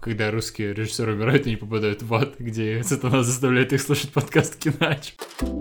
когда русские режиссеры умирают, они попадают в ад, где сатана заставляет их слушать подкаст «Кинач».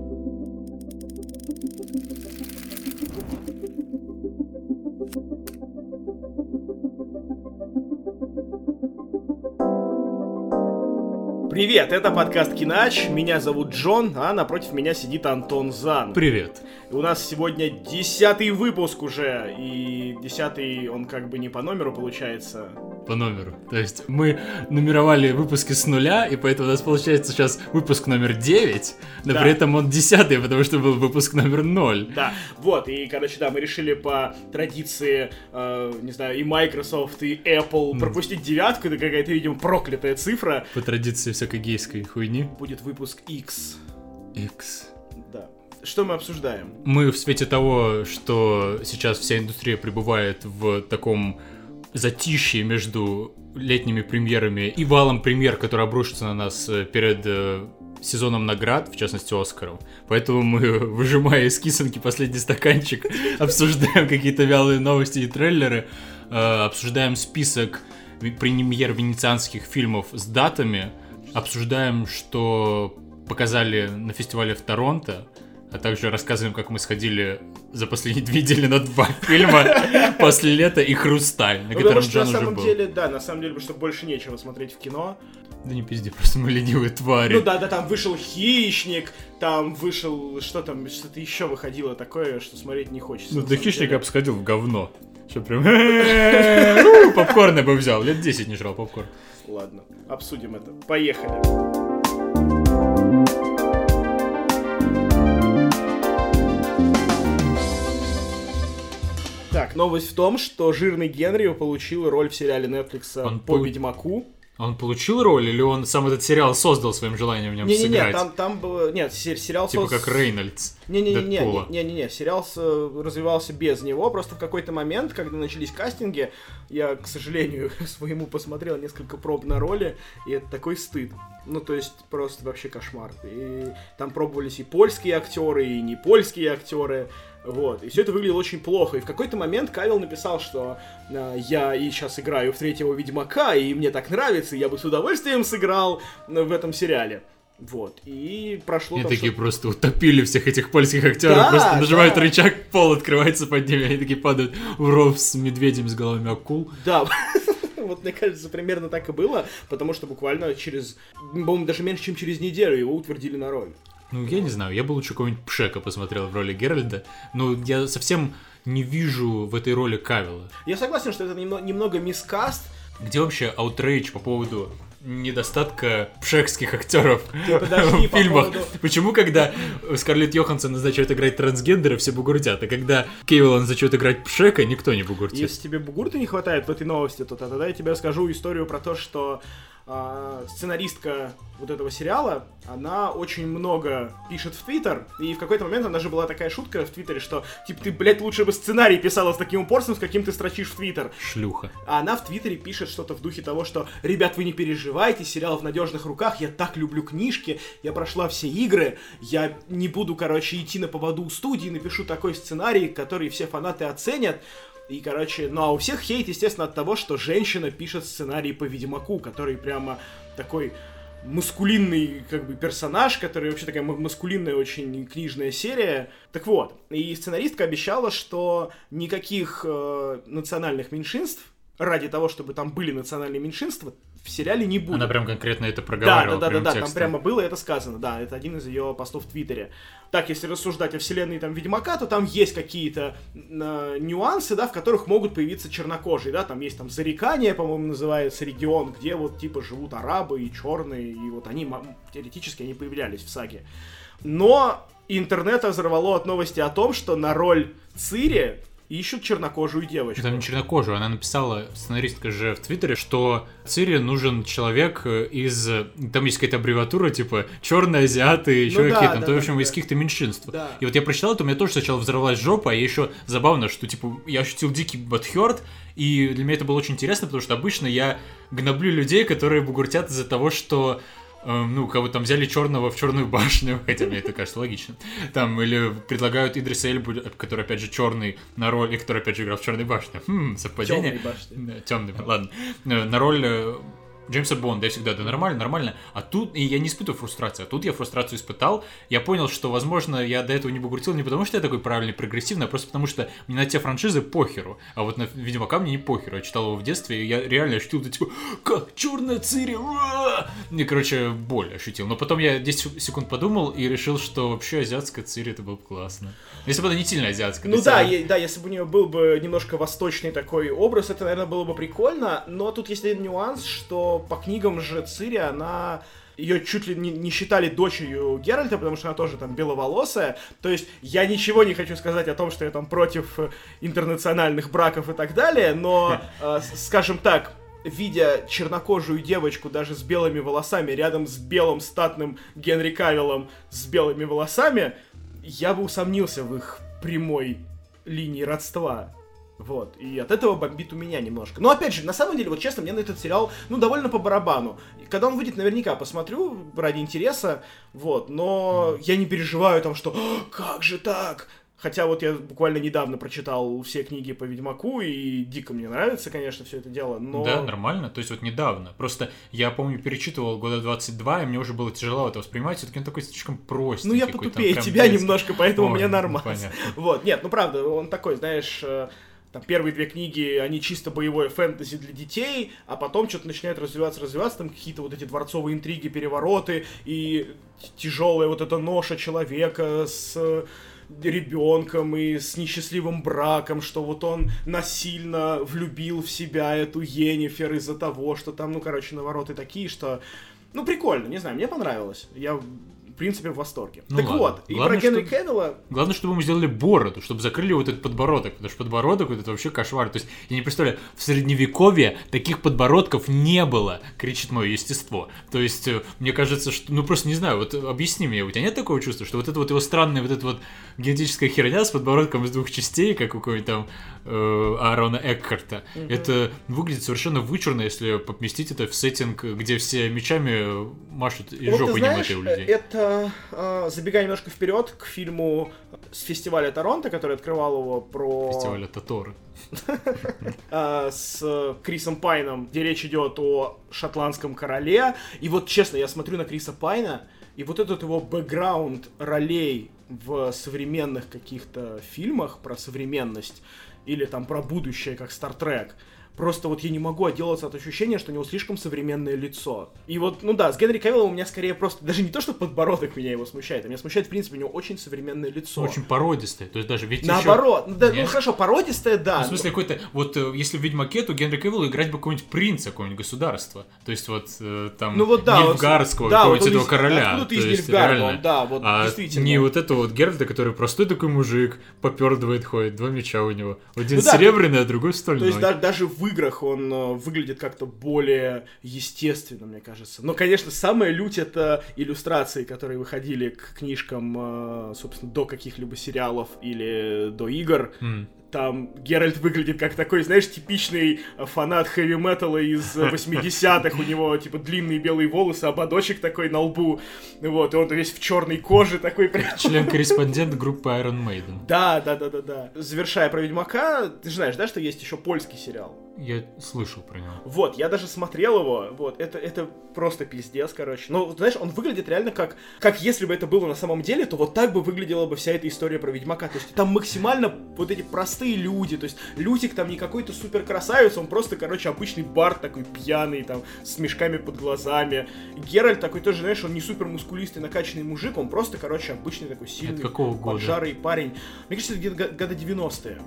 Привет, это подкаст «Кинач», меня зовут Джон, а напротив меня сидит Антон Зан. Привет. У нас сегодня 10-й выпуск уже, и 10-й он как бы не по номеру получается. По номеру. То есть мы нумеровали выпуски с нуля, и поэтому у нас получается сейчас выпуск номер 9, но Да. при этом он 10-й, потому что был выпуск номер 0. Да, вот, и, короче, да, мы решили по традиции, не знаю, и Microsoft, и Apple пропустить 9-ку, это какая-то, видимо, проклятая цифра. По традиции всякой гейской хуйни. Будет выпуск X. X. Да. Что мы обсуждаем? Мы в свете того, что сейчас вся индустрия пребывает в таком затишье между летними премьерами и валом премьер, который обрушится на нас перед сезоном наград, в частности Оскаров. Поэтому мы, выжимая из кисонки последний стаканчик, обсуждаем какие-то вялые новости и трейлеры, обсуждаем список премьер венецианских фильмов с датами, обсуждаем, что показали на фестивале в Торонто, а также рассказываем, как мы сходили за последние 2 недели на 2 фильма «После лета» и «Хрусталь», на котором Джон уже был. На самом деле, что больше нечего смотреть в кино. Да не пизди, просто мы ленивые твари. Ну да, там вышел «Хищник», там вышел, что-то еще выходило такое, что смотреть не хочется. Ну, до «Хищника» я бы сходил в говно. Что прям... Попкорн я бы взял, лет 10 не жрал попкорн. Ладно, обсудим это. Поехали. Так, новость в том, что жирный Генри получил роль в сериале Netflix по Ведьмаку. Он получил роль, или он сам этот сериал создал своим желанием в нем сыграть? Там было... Нет, сериал... Типа как Рейнольдс. Не, сериал развивался без него, просто в какой-то момент, когда начались кастинги, я, к сожалению, своему посмотрел несколько проб на роли, и это такой стыд. Ну, то есть, просто вообще кошмар. И там пробовались и польские актеры, и не польские актеры. Вот, и все это выглядело очень плохо. И в какой-то момент Кавилл написал, что я и сейчас играю в 3-го Ведьмака, и мне так нравится, и я бы с удовольствием сыграл в этом сериале. Вот, и прошло... И такие просто утопили всех этих польских актеров, просто нажимают рычаг, пол открывается под ними, они такие падают в ров с медведем с головами акул. Да, вот мне кажется, примерно так и было, потому что буквально по-моему, даже меньше, чем через неделю его утвердили на роль. Ну, я не знаю, я бы лучше какого-нибудь Пшека посмотрел в роли Геральда, но я совсем не вижу в этой роли Кавилла. Я согласен, что это немного мискаст. Где вообще аутрейдж по поводу недостатка пшекских актеров в фильмах? Почему, когда Скарлетт Йоханссон назначают играть трансгендера, все бугуртят, а когда Кевилла назначают играть Пшека, никто не бугуртит? Если тебе бугурта не хватает в этой новости, то тогда я тебе расскажу историю про то, что сценаристка вот этого сериала, она очень много пишет в Твиттер, и в какой-то момент она же была такая шутка в Твиттере, что, типа, ты, блядь, лучше бы сценарий писала с таким упорством, с каким ты строчишь в Твиттер. Шлюха. А она в Твиттере пишет что-то в духе того, что, ребят, вы не переживайте, сериал в надежных руках, я так люблю книжки, я прошла все игры, я не буду, идти на поводу у студии, напишу такой сценарий, который все фанаты оценят. И, ну а у всех хейт, естественно, от того, что женщина пишет сценарий по Ведьмаку, который прямо такой маскулинный, персонаж, который вообще такая маскулинная очень книжная серия. Так вот, и сценаристка обещала, что никаких национальных меньшинств, ради того, чтобы там были национальные меньшинства, в сериале не будет. Она прям конкретно это проговаривала. Да, там прямо было это сказано, да, это один из ее постов в Твиттере. Так, если рассуждать о вселенной Ведьмака, то там есть какие-то нюансы, да, в которых могут появиться чернокожие, да, там есть зарекание, по-моему, называется регион, где живут арабы и черные, и вот они, теоретически, они появлялись в саге. Но интернет разорвало от новости о том, что на роль Цири ищут чернокожую девочку. Там не чернокожую, она написала, сценаристка же в Твиттере, что Цири нужен человек из... Там есть какая-то аббревиатура, типа черные азиаты, еще какие-то, в общем, из каких-то меньшинств. Да. И вот я прочитал это, у меня тоже сначала взорвалась жопа, а еще забавно, что, я ощутил дикий бадхёрт, и для меня это было очень интересно, потому что обычно я гноблю людей, которые бугуртят из-за того, что кого там взяли черного в Черную башню, хотя мне это кажется логично. Там, или предлагают Идриса Эльбу, который, опять же, черный, на роль, и который, опять же, играл в Черной башне. Совпадение. Темной башне. Темный, ладно. На роль Джеймса Бонда, я всегда, да нормально, а тут, и я не испытываю фрустрацию, а тут я фрустрацию испытал, я понял, что, возможно, я до этого не бугуртил не потому, что я такой правильный, прогрессивный, а просто потому, что мне на те франшизы похеру, а вот на Ведьмака мне не похеру, я читал его в детстве, и я реально ощутил, типа, как черная Цири, и, короче, боль ощутил, но потом я 10 секунд подумал и решил, что вообще азиатская Цири это было бы классно, если бы она не сильно азиатская. Ну да, если бы у нее был бы немножко восточный такой образ, это, наверное, было бы прикольно, но тут есть один нюанс, что по книгам же Цири, она... Ее чуть ли не считали дочерью Геральта, потому что она тоже там беловолосая. То есть я ничего не хочу сказать о том, что я там против интернациональных браков и так далее, но, скажем так, видя чернокожую девочку даже с белыми волосами рядом с белым статным Генри Кавиллом с белыми волосами, я бы усомнился в их прямой линии родства. Вот, и от этого бомбит у меня немножко. Но опять же, на самом деле, вот честно, мне на этот сериал, довольно по барабану. Когда он выйдет, наверняка посмотрю ради интереса, вот, но я не переживаю там, что как же так? Хотя вот я буквально недавно прочитал все книги по Ведьмаку, и дико мне нравится, конечно, все это дело, но... Да, нормально, то есть вот недавно. Просто я, помню, перечитывал года 22, и мне уже было тяжело это воспринимать, все-таки он такой слишком простенький. Я потупее тебя немножко, поэтому мне нормально. Понятно. Вот, нет, правда, он такой, знаешь... Там первые 2 книги, они чисто боевое фэнтези для детей, а потом что-то начинает развиваться, там какие-то вот эти дворцовые интриги, перевороты, и тяжелая вот эта ноша человека с ребенком и с несчастливым браком, что вот он насильно влюбил в себя эту Йеннифер из-за того, что там, навороты такие, что... прикольно, не знаю, мне понравилось. Я... в принципе, в восторге. Так ладно. Вот, главное, и про Генри Кавилла... Главное, чтобы ему сделали бороду, чтобы закрыли вот этот подбородок, потому что подбородок вот это вообще кошмар. То есть, я не представляю, в Средневековье таких подбородков не было, кричит мое естество. То есть, мне кажется, что... просто не знаю, вот объясни мне, у тебя нет такого чувства, что вот это вот его странная вот эта вот генетическая херня с подбородком из 2 частей, как у какого-нибудь там Аарона Экхарта, это выглядит совершенно вычурно, если поместить это в сеттинг, где все мечами машут и жопы не мытые у людей. Это, забегая немножко вперед к фильму с фестиваля Торонто, который открывал его про... Фестиваля Тоторо. С Крисом Пайном, где речь идет о шотландском короле. И вот, честно, я смотрю на Криса Пайна, и вот этот его бэкграунд ролей в современных каких-то фильмах про современность, или там про будущее, как Star Trek, просто вот я не могу отделаться от ощущения, что у него слишком современное лицо. И вот, с Генри Кавиллом у меня скорее просто... Даже не то, что подбородок меня его смущает, а меня смущает, в принципе, у него очень современное лицо. Очень породистое, то есть даже ведь наоборот, хорошо, породистое, да. В смысле, какой-то... Вот если в Ведьмаке, то Генри Кавиллу играть бы какого-нибудь принца, какого-нибудь государства. То есть вот там Нильфгардского, какого-нибудь этого короля. Откуда ты из Нильфгарда, да, вот действительно. Не вот этого вот Геральта, который простой такой мужик, попёрдывает, ходит, 2 меча у него. Один серебряный, а другой стальной. То есть даже в играх он выглядит как-то более естественно, мне кажется. Но, конечно, самая лють — это иллюстрации, которые выходили к книжкам, собственно, до каких-либо сериалов или до игр. Там Геральт выглядит как такой, знаешь, типичный фанат хэви-металла из 80-х. У него, длинные белые волосы, ободочек такой на лбу. Вот, и он весь в черной коже такой. Член-корреспондент группы Iron Maiden. Да. Завершая про Ведьмака, ты же знаешь, да, что есть еще польский сериал? Я слышал про него. Вот, я даже смотрел его, вот, это просто пиздец, короче. Но, знаешь, он выглядит реально как если бы это было на самом деле, то вот так бы выглядела бы вся эта история про Ведьмака. То есть там максимально вот эти простые люди, то есть Лютик там не какой-то супер красавец, он просто, обычный бард такой пьяный, там, с мешками под глазами. Геральт такой тоже, знаешь, он не супер мускулистый, накачанный мужик, он просто, обычный такой сильный, поджарый парень. Мне кажется, это где-то года 90-е.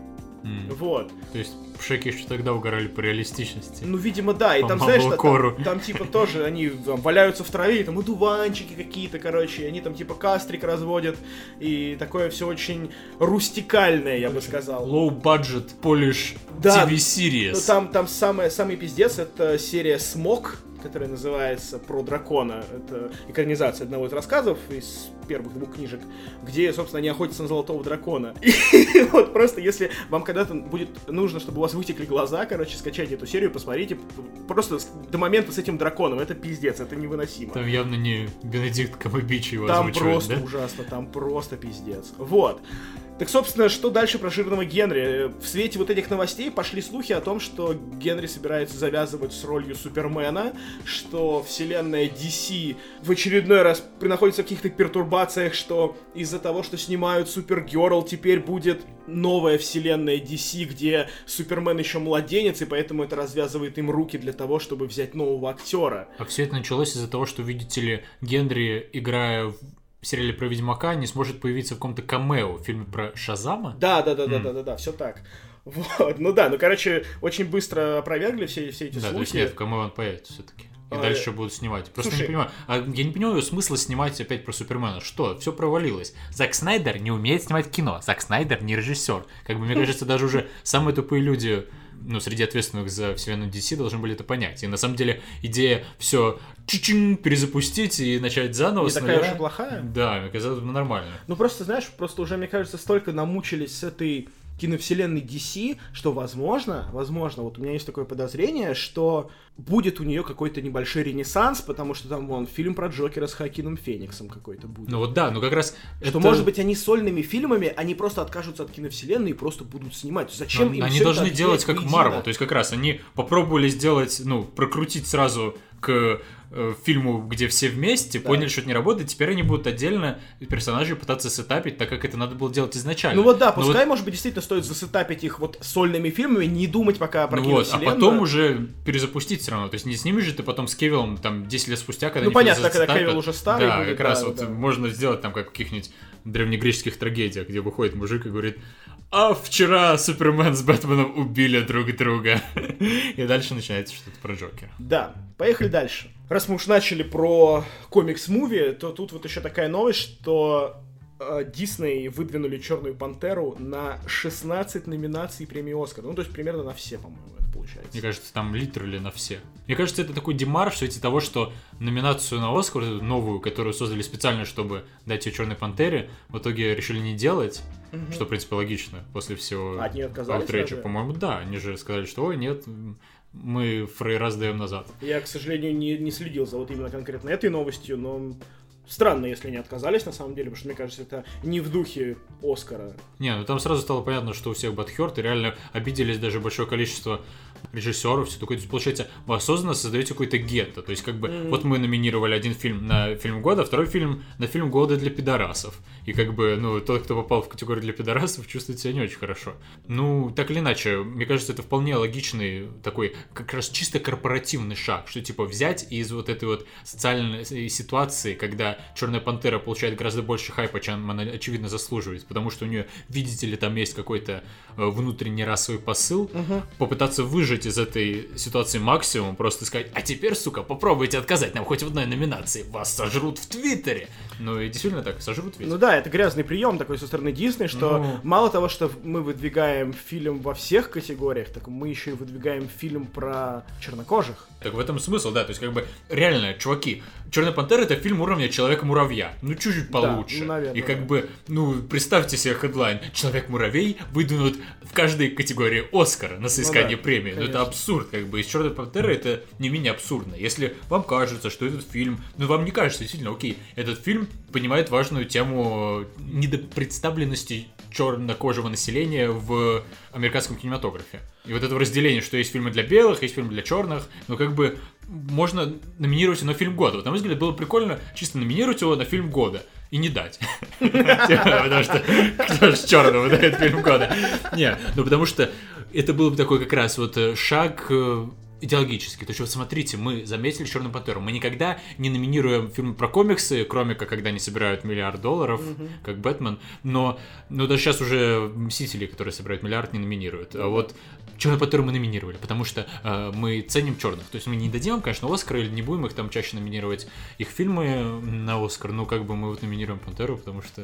Вот. То есть шеки еще тогда угорали по реалистичности. Видимо, да. И там, знаешь, там тоже они валяются в траве, и там одуванчики какие-то, и они там кастрик разводят, и такое все очень рустикальное, я бы сказал. Low budget Polish TV series. Там самый пиздец — это серия Смог, которая называется «Про дракона». Это экранизация одного из рассказов из первых 2 книжек, где, собственно, они охотятся на золотого дракона. И вот просто, если вам когда-то будет нужно, чтобы у вас вытекли глаза, скачайте эту серию, посмотрите. Просто до момента с этим драконом. Это пиздец, это невыносимо. Там явно не Бенедикт Камбербэтч его озвучивает, да? Там просто ужасно, там просто пиздец. Вот. Так, собственно, что дальше про жирного Генри? В свете вот этих новостей пошли слухи о том, что Генри собирается завязывать с ролью Супермена, что вселенная DC в очередной раз находится в каких-то пертурбациях, что из-за того, что снимают Супергерл, теперь будет новая вселенная DC, где Супермен еще младенец, и поэтому это развязывает им руки для того, чтобы взять нового актера. А все это началось из-за того, что, видите ли, Генри, играя в сериале про Ведьмака, не сможет появиться в каком-то камео в фильме про Шазама. Да, все так. Вот, короче, очень быстро опровергли все эти слухи. Да, то есть нет, в камео он появится все-таки. И дальше еще будут снимать. Просто не понимаю. Я не понимаю смысла снимать опять про Супермена. Что? Все провалилось. Зак Снайдер не умеет снимать кино. Зак Снайдер не режиссер. Мне кажется, даже уже самые тупые люди, среди ответственных за вселенную DC должны были это понять. И на самом деле идея все перезапустить и начать заново. Не такая уж и плохая. Да, мне казалось, нормально. Просто, знаешь, уже, мне кажется, столько намучились с этой киновселенной DC, что возможно, вот у меня есть такое подозрение, что будет у нее какой-то небольшой ренессанс, потому что там, фильм про Джокера с Хоакином Фениксом какой-то будет. Как раз... Что, может быть, они сольными фильмами, они просто откажутся от киновселенной и просто будут снимать. Зачем им они должны делать как Марвел, то есть как раз они попробовали сделать, прокрутить сразу к фильму, где все вместе, поняли, что это не работает, теперь они будут отдельно персонажей пытаться сетапить, так как это надо было делать изначально. Пускай, может быть, действительно стоит засетапить их сольными фильмами, не думать пока про киновселенную. А потом уже перезапустить все равно. То есть не снимешь же ты потом с Кевиллом 10 лет спустя, когда понятно, когда Кевилл уже старый будет. Как раз можно сделать как в каких-нибудь древнегреческих трагедиях, где выходит мужик и говорит: а вчера Супермен с Бэтменом убили друг друга. И дальше начинается что-то про Джокера. Да, поехали дальше. Раз мы уж начали про комикс-муви, то тут вот еще такая новость, что Дисней выдвинули «Черную пантеру» на 16 номинаций премии «Оскар». То есть примерно на все, по-моему, это получается. Мне кажется, там литерали на все. Мне кажется, это такой демарш в свете того, что номинацию на «Оскар», новую, которую создали специально, чтобы дать ее «Черной пантере», в итоге решили не делать, что, в принципе, логично после всего аутреча. По-моему, да. Они же сказали, что ой, нет, мы фрейра сдаем назад. Я, к сожалению, не следил за вот именно конкретно этой новостью, но странно, если они отказались, на самом деле, потому что, мне кажется, это не в духе Оскара. Там сразу стало понятно, что у всех бадхёрт, и реально обиделись даже большое количество режиссеров, все такое. То есть, получается, вы осознанно создаете какой-то гетто. То есть, вот мы номинировали один фильм на фильм года, а второй фильм на фильм года для пидорасов. И тот, кто попал в категорию для пидорасов, чувствует себя не очень хорошо. Так или иначе, мне кажется, это вполне логичный такой, как раз чисто корпоративный шаг, что взять из вот этой вот социальной ситуации, когда Черная пантера получает гораздо больше хайпа, чем она, очевидно, заслуживает, потому что у нее, видите ли, там есть какой-то внутренний расовый посыл, попытаться выжать из этой ситуации максимум, просто сказать: а теперь, сука, попробуйте отказать нам хоть в одной номинации, вас сожрут в Твиттере. И действительно так, сожрут ведь. Это грязный прием такой со стороны Дисней, что мало того, что мы выдвигаем фильм во всех категориях, так мы еще и выдвигаем фильм про чернокожих. Так в этом смысл, да, то есть реально, чуваки, «Черная пантера» — это фильм уровня Человека-муравья, чуть-чуть получше. Да, наверное, и представьте себе хедлайн: Человек-муравей выдвинут в каждой категории Оскара на соискание премии. Это абсурд, из «Черной пантеры» это не менее абсурдно. Если вам кажется, что этот фильм, вам не кажется, действительно, окей, этот фильм понимает важную тему недопредставленности чернокожего населения в американском кинематографе. И вот это разделение, что есть фильмы для белых, есть фильмы для черных, можно номинировать на фильм года. На мой взгляд, было прикольно чисто номинировать его на фильм года и не дать. Потому что кто же черного дает фильм года? Не, потому что это был бы такой как раз шаг идеологически. То есть, смотрите, мы заметили «Черную пантеру». Мы никогда не номинируем фильмы про комиксы, кроме как когда они собирают $1 миллиард, как «Бэтмен». Но даже сейчас уже «Мстители», которые собирают $1 миллиард, не номинируют. А вот «Черную пантеру» мы номинировали, потому что мы ценим черных. То есть мы не дадим им, конечно, «Оскар», или не будем их там чаще номинировать, их фильмы на «Оскар». Мы номинируем «Пантеру», потому что...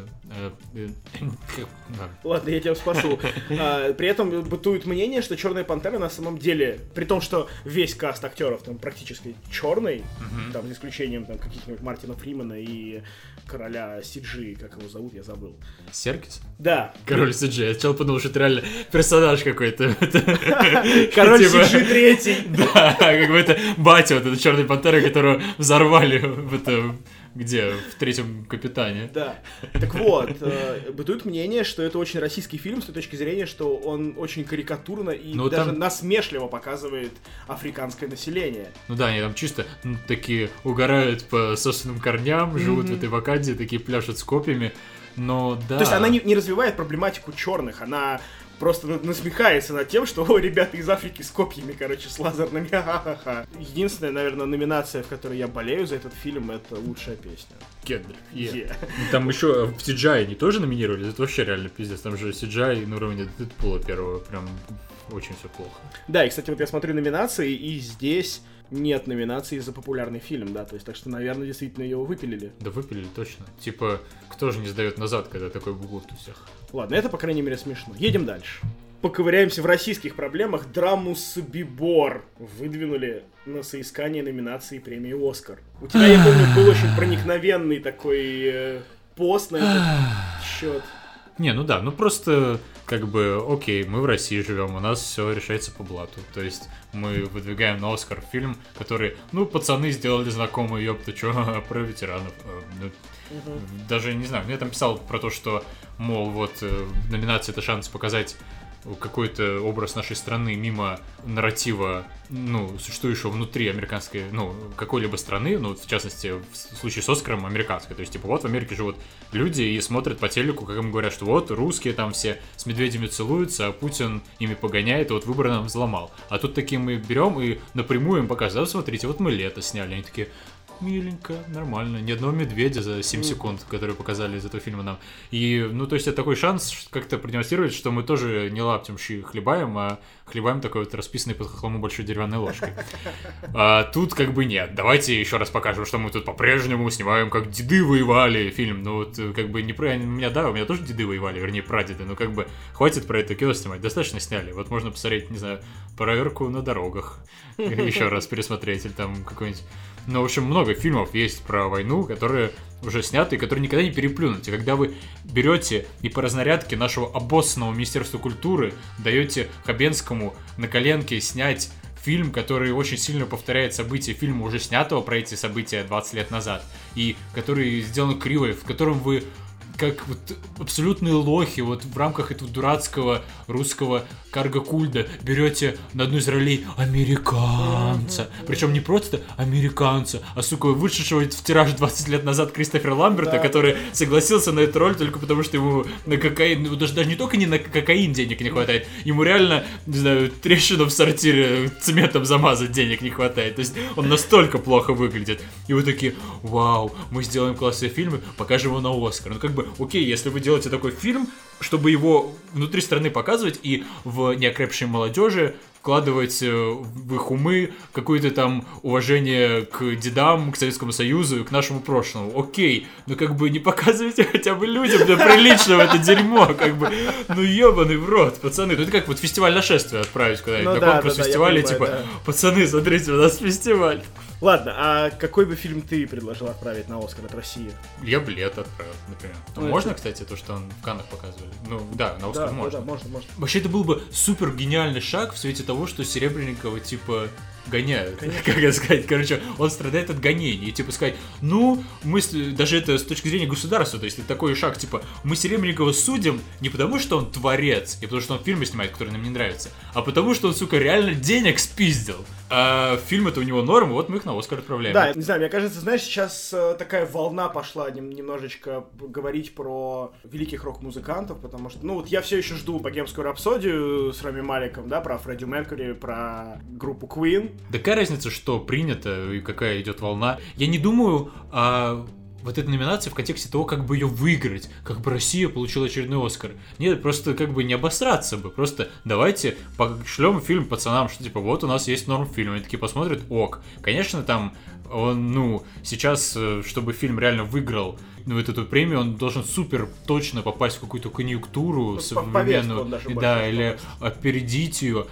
Ладно, я тебя спасу. При этом бытует мнение, что «Черная пантера» на самом деле, при том, что весь каст актеров там практически черный, там, за исключением там каких-нибудь Мартина Фримена и короля CG, как его зовут, я забыл. Серкис? Да. Король CG. Я сначала подумал, что это реально персонаж какой-то. Король CG третий. Да, это батя вот этой «Черной пантеры», которую взорвали в Где? В «Третьем капитане». Да. Так вот, бытует мнение, что это очень российский фильм с той точки зрения, что он очень карикатурно и даже насмешливо показывает африканское население. Ну да, они там чисто такие угорают по собственным корням, живут в этой Ваканде, такие пляшут с копьями, но да. То есть она не развивает проблематику черных, она просто насмехается над тем, что ребята из Африки с копьями, короче, с лазерными, ха-ха-ха. Единственная, наверное, номинация, в которой я болею за этот фильм, это лучшая песня. Кендрик. Там еще в CGI они тоже номинировали, это вообще реально пиздец, там же CGI на уровне Дэдпула первого, прям очень все плохо. Да, и, кстати, вот я смотрю номинации, и здесь нет номинации за популярный фильм, да, то есть, так что, наверное, действительно его выпилили. Да выпилили, точно. Типа, кто же не сдает назад, когда такой бугурт у всех? Ладно, это, по крайней мере, смешно. Едем дальше. Поковыряемся в российских проблемах. Драму «Собибор» выдвинули на соискание номинации премии «Оскар». У тебя, я помню, был очень проникновенный такой пост на этот счет. Не, ну да, ну просто, как бы, окей, мы в России живем, у нас все решается по блату. То есть мы выдвигаем на Оскар фильм, который, ну, пацаны сделали знакомый, ёпта, чё, про ветеранов. Даже, не знаю, я там писал про то, что, мол, вот, номинация — это шанс показать какой-то образ нашей страны мимо нарратива, ну, существующего внутри американской, ну, какой-либо страны, ну, в частности, в случае с Оскаром, американской. То есть, типа, вот в Америке живут люди и смотрят по телеку, как им говорят, что вот русские там все с медведями целуются, а Путин ими погоняет, и вот выборы нам взломал. А тут такие мы берем и напрямую им показываем: смотрите, вот мы «Лето» сняли. Они такие: миленько, нормально, ни одного медведя за 7 секунд, которые показали из этого фильма нам. И, ну, то есть это такой шанс как-то продемонстрировать, что мы тоже не лаптем хлебаем, а хлебаем такой вот расписанный под хохлому большой деревянной ложкой. А тут как бы нет. Давайте еще раз покажем, что мы тут по-прежнему снимаем, как деды воевали фильм. Ну вот как бы не про... У меня тоже деды воевали, вернее прадеды, но как бы хватит про это кино снимать. Достаточно сняли. Вот можно посмотреть, не знаю, «Проверку на дорогах». Еще раз пересмотреть, или там какой-нибудь... Ну, в общем, много фильмов есть про войну, которые уже сняты и которые никогда не переплюнуть. И когда вы берете и по разнарядке нашего обоссанного Министерства культуры даете Хабенскому на коленке снять фильм, который очень сильно повторяет события фильма, уже снятого про эти события 20 лет назад, и который сделан криво, в котором вы как вот абсолютные лохи вот в рамках этого дурацкого русского карго-культа берете на одну из ролей американца. Причем не просто американца, а, сука, вышедшего в тираж 20 лет назад Кристофера Ламберта, который согласился на эту роль только потому, что ему на кокаин, ну, даже не только не на кокаин денег не хватает, ему реально, не знаю, трещину в сортире цементом замазать денег не хватает. То есть он настолько плохо выглядит. И вы такие: вау, мы сделаем классные фильмы, покажем его на Оскар. Ну, как бы, окей, если вы делаете такой фильм, чтобы его внутри страны показывать и в неокрепшей молодежи вкладывать в их умы какое-то там уважение к дедам, к Советскому Союзу и к нашему прошлому. Окей, но как бы не показывайте хотя бы людям для приличного это дерьмо, как бы, ну ебаный в рот, пацаны. Ну это как вот фестиваль нашествия отправить куда-нибудь, на конкурс фестиваля, типа, пацаны, смотрите, у нас фестиваль. Ладно, а какой бы фильм ты предложил отправить на Оскар от России? Я бы «Лето» отправил, например. Можно, кстати, то, что он в Каннах показывали? Ну, да, на Оскар можно. Да, можно. Вообще, это был бы супер гениальный шаг в свете того, что Серебренникова, типа, гоняют. Конечно. Как это сказать? Короче, он страдает от гонений. И, типа, сказать, ну, мы, даже это с точки зрения государства, то есть такой шаг, типа, мы Серебренникова судим не потому, что он творец, и потому, что он фильмы снимает, которые нам не нравятся, а потому, что он, сука, реально денег спиздил. А фильм это у него норм, вот мы их на Оскар отправляем. Да, не знаю, мне кажется, знаешь, сейчас такая волна пошла немножечко говорить про великих рок-музыкантов, потому что, ну, вот я все еще жду «Богемскую рапсодию» с Рами Маликом, да, про Фредди Меркьюри, про группу Queen. Да какая разница, что принято и какая идет волна? Я не думаю вот эта номинация в контексте того, как бы ее выиграть, как бы Россия получила очередной Оскар. Нет, просто как бы не обосраться бы, просто давайте пошлем фильм пацанам, что типа вот у нас есть норм фильм, они такие посмотрят, ок. Конечно, там он, ну, сейчас, чтобы фильм реально выиграл эту премию, он должен супер точно попасть в какую-то конъюнктуру современную, да, или опередить ее.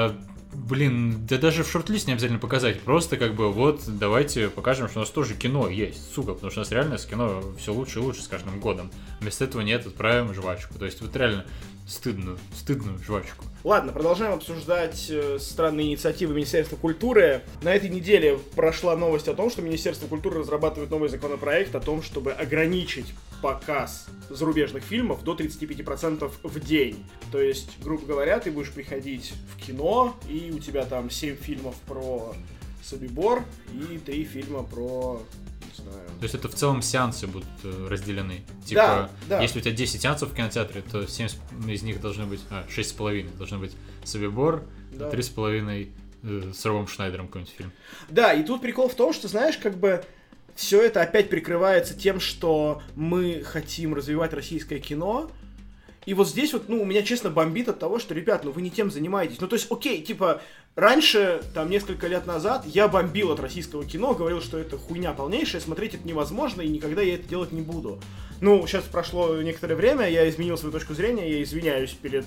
Блин, да даже в шорт-лист не обязательно показать. Просто как бы вот давайте покажем, что у нас тоже кино есть, сука. Потому что у нас реально с кино все лучше и лучше с каждым годом. Вместо этого нет, отправим жвачку. То есть вот реально стыдную жвачку. Ладно, продолжаем обсуждать странные инициативы Министерства культуры. На этой неделе прошла новость о том, что Министерство культуры разрабатывает новый законопроект о том, чтобы ограничить показ зарубежных фильмов до 35% в день. То есть, грубо говоря, ты будешь приходить в кино, и у тебя там 7 фильмов про Собибор и 3 фильма про... не знаю. То есть это в целом сеансы будут разделены. Типа, да. если у тебя 10 сеансов в кинотеатре, то 7 из них должны быть... 6,5 должны быть Собибор, Да. 3,5 с Робом Шнайдером какой-нибудь фильм. Да, и тут прикол в том, что, знаешь, как бы все это опять прикрывается тем, что мы хотим развивать российское кино. И вот здесь вот, у меня, честно, бомбит от того, что, ребят, вы не тем занимаетесь. То есть, окей, типа, раньше, там, несколько лет назад, я бомбил от российского кино, говорил, что это хуйня полнейшая, смотреть это невозможно, и никогда я это делать не буду. Сейчас прошло некоторое время, я изменил свою точку зрения, я извиняюсь перед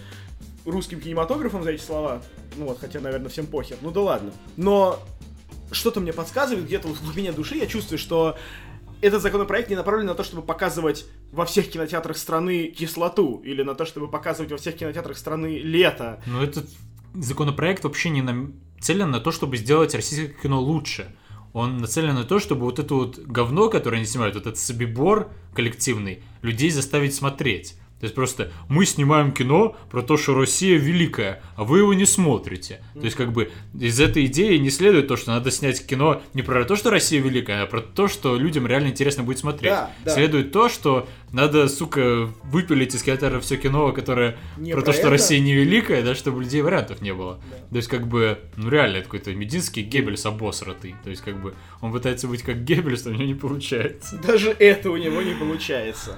русским кинематографом за эти слова. Хотя, наверное, всем похер. Да ладно. Но что-то мне подсказывает, где-то в глубине души я чувствую, что этот законопроект не направлен на то, чтобы показывать во всех кинотеатрах страны кислоту, или на то, чтобы показывать во всех кинотеатрах страны лето. Но этот законопроект вообще не нацелен на то, чтобы сделать российское кино лучше. Он нацелен на то, чтобы вот это вот говно, которое они снимают, вот этот Собибор коллективный, людей заставить смотреть. То есть просто мы снимаем кино про то, что Россия великая, а вы его не смотрите. То есть как бы из этой идеи не следует то, что надо снять кино не про то, что Россия великая, а про то, что людям реально интересно будет смотреть. Да. Следует то, что надо, выпилить из кинотеатра все кино, которое не про то, что Россия не великая, да, чтобы у людей вариантов не было. Да. То есть как бы, реально, это какой-то Мединский Геббельс обосратый. То есть как бы он пытается быть как Геббельс, но у него не получается. Даже это у него не получается.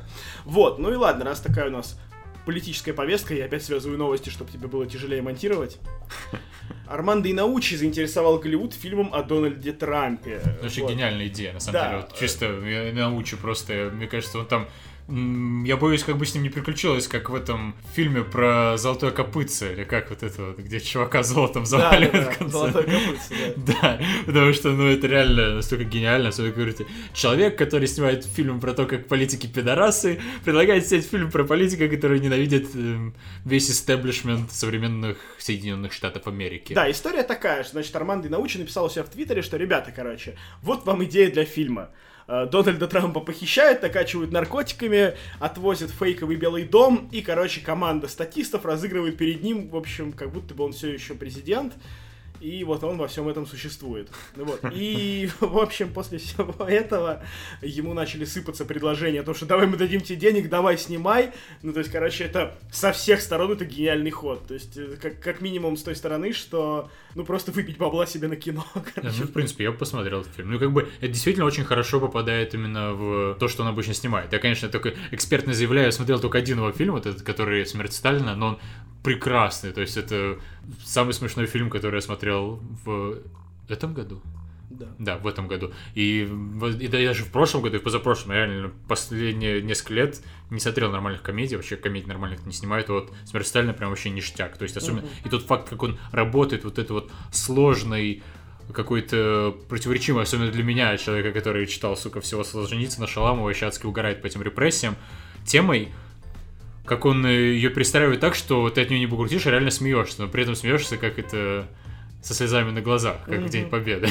И ладно, раз такая у нас политическая повестка, я опять связываю новости, чтобы тебе было тяжелее монтировать. Армандо Инаучи заинтересовал Голливуд фильмом о Дональде Трампе. Вообще гениальная идея, на самом деле. Чисто Инаучи просто, мне кажется, он там... Я боюсь, как бы с ним не приключилось, как в этом фильме про золотое копытце, или как вот это вот, где чувака золотом заваливают в конце. Золотое копытце, да. Да, потому что, это реально настолько гениально, особенно, говорите, человек, который снимает фильм про то, как политики пидорасы, предлагает снять фильм про политика, который ненавидит весь истеблишмент современных Соединенных Штатов Америки. Да, история такая, что, Армандо Инаучи написал у себя в Твиттере, что, ребята, вот вам идея для фильма. Дональда Трампа похищают, накачивают наркотиками, отвозят в фейковый Белый дом, и, команда статистов разыгрывает перед ним, в общем, как будто бы он все еще президент, и вот он во всем этом существует. И, в общем, после всего этого ему начали сыпаться предложения о том, что давай мы дадим тебе денег, давай снимай. Это со всех сторон это гениальный ход. То есть, как минимум с той стороны, что, просто выпить бабла себе на кино. В принципе, я бы посмотрел этот фильм. Это действительно очень хорошо попадает именно в то, что он обычно снимает. Я, конечно, только экспертно заявляю, я смотрел только один его фильм, вот этот, который «Смерть Сталина», но он прекрасный. То есть это самый смешной фильм, который я смотрел в этом году. Да, в этом году. И даже в прошлом году, и в позапрошлом, я реально последние несколько лет не смотрел нормальных комедий, вообще комедий нормальных не снимают. «Смерть Сталина» прям вообще ништяк. То есть особенно... И тот факт, как он работает, вот это вот сложный, какой-то противоречивый, особенно для меня, человека, который читал, всего Солженицына, Шаламова, еще адски угорает по этим репрессиям, темой, как он ее перестраивает так, что ты от нее не покрутишь, а реально смеешься, но при этом смеешься, как это со слезами на глазах, как в День Победы.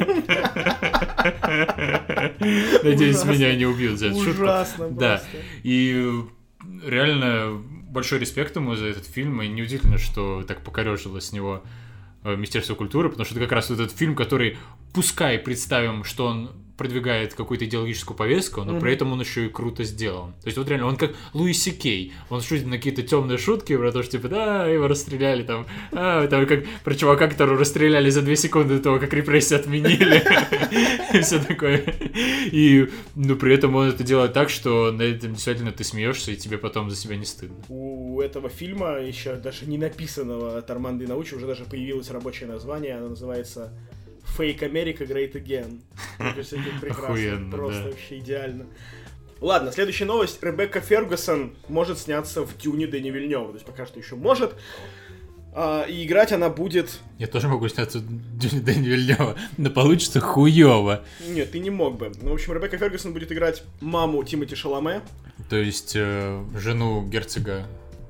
Надеюсь, меня не убьют за эту шутку. Ужасно. Да. И реально большой респект ему за этот фильм, и неудивительно, что так покорежило с него Министерство культуры, потому что это как раз вот этот фильм, который, пускай представим, что он продвигает какую-то идеологическую повестку, но при этом он еще и круто сделан. То есть вот реально, он как Луи Си Кей. Он шутит на какие-то темные шутки про то, что типа, да, его расстреляли там, там как про чувака, которого расстреляли за 2 секунды до того, как репрессии отменили. И все такое. И, при этом он это делает так, что на этом действительно ты смеешься, и тебе потом за себя не стыдно. У этого фильма, еще даже не написанного от Армандо Инаучи, уже даже появилось рабочее название, оно называется Fake America Great Again. Мне кажется, это прекрасно. Охуенно, просто да. Вообще идеально. Ладно, следующая новость. Ребекка Фергюсон может сняться в Дюне Дэни Вильнёва. То есть пока что еще может. И играть она будет... Я тоже могу сняться в Дюне Дэни Вильнёва, но получится хуёво. Нет, ты не мог бы. В общем, Ребекка Фергюсон будет играть маму Тимоти Шаламе. То есть жену герцога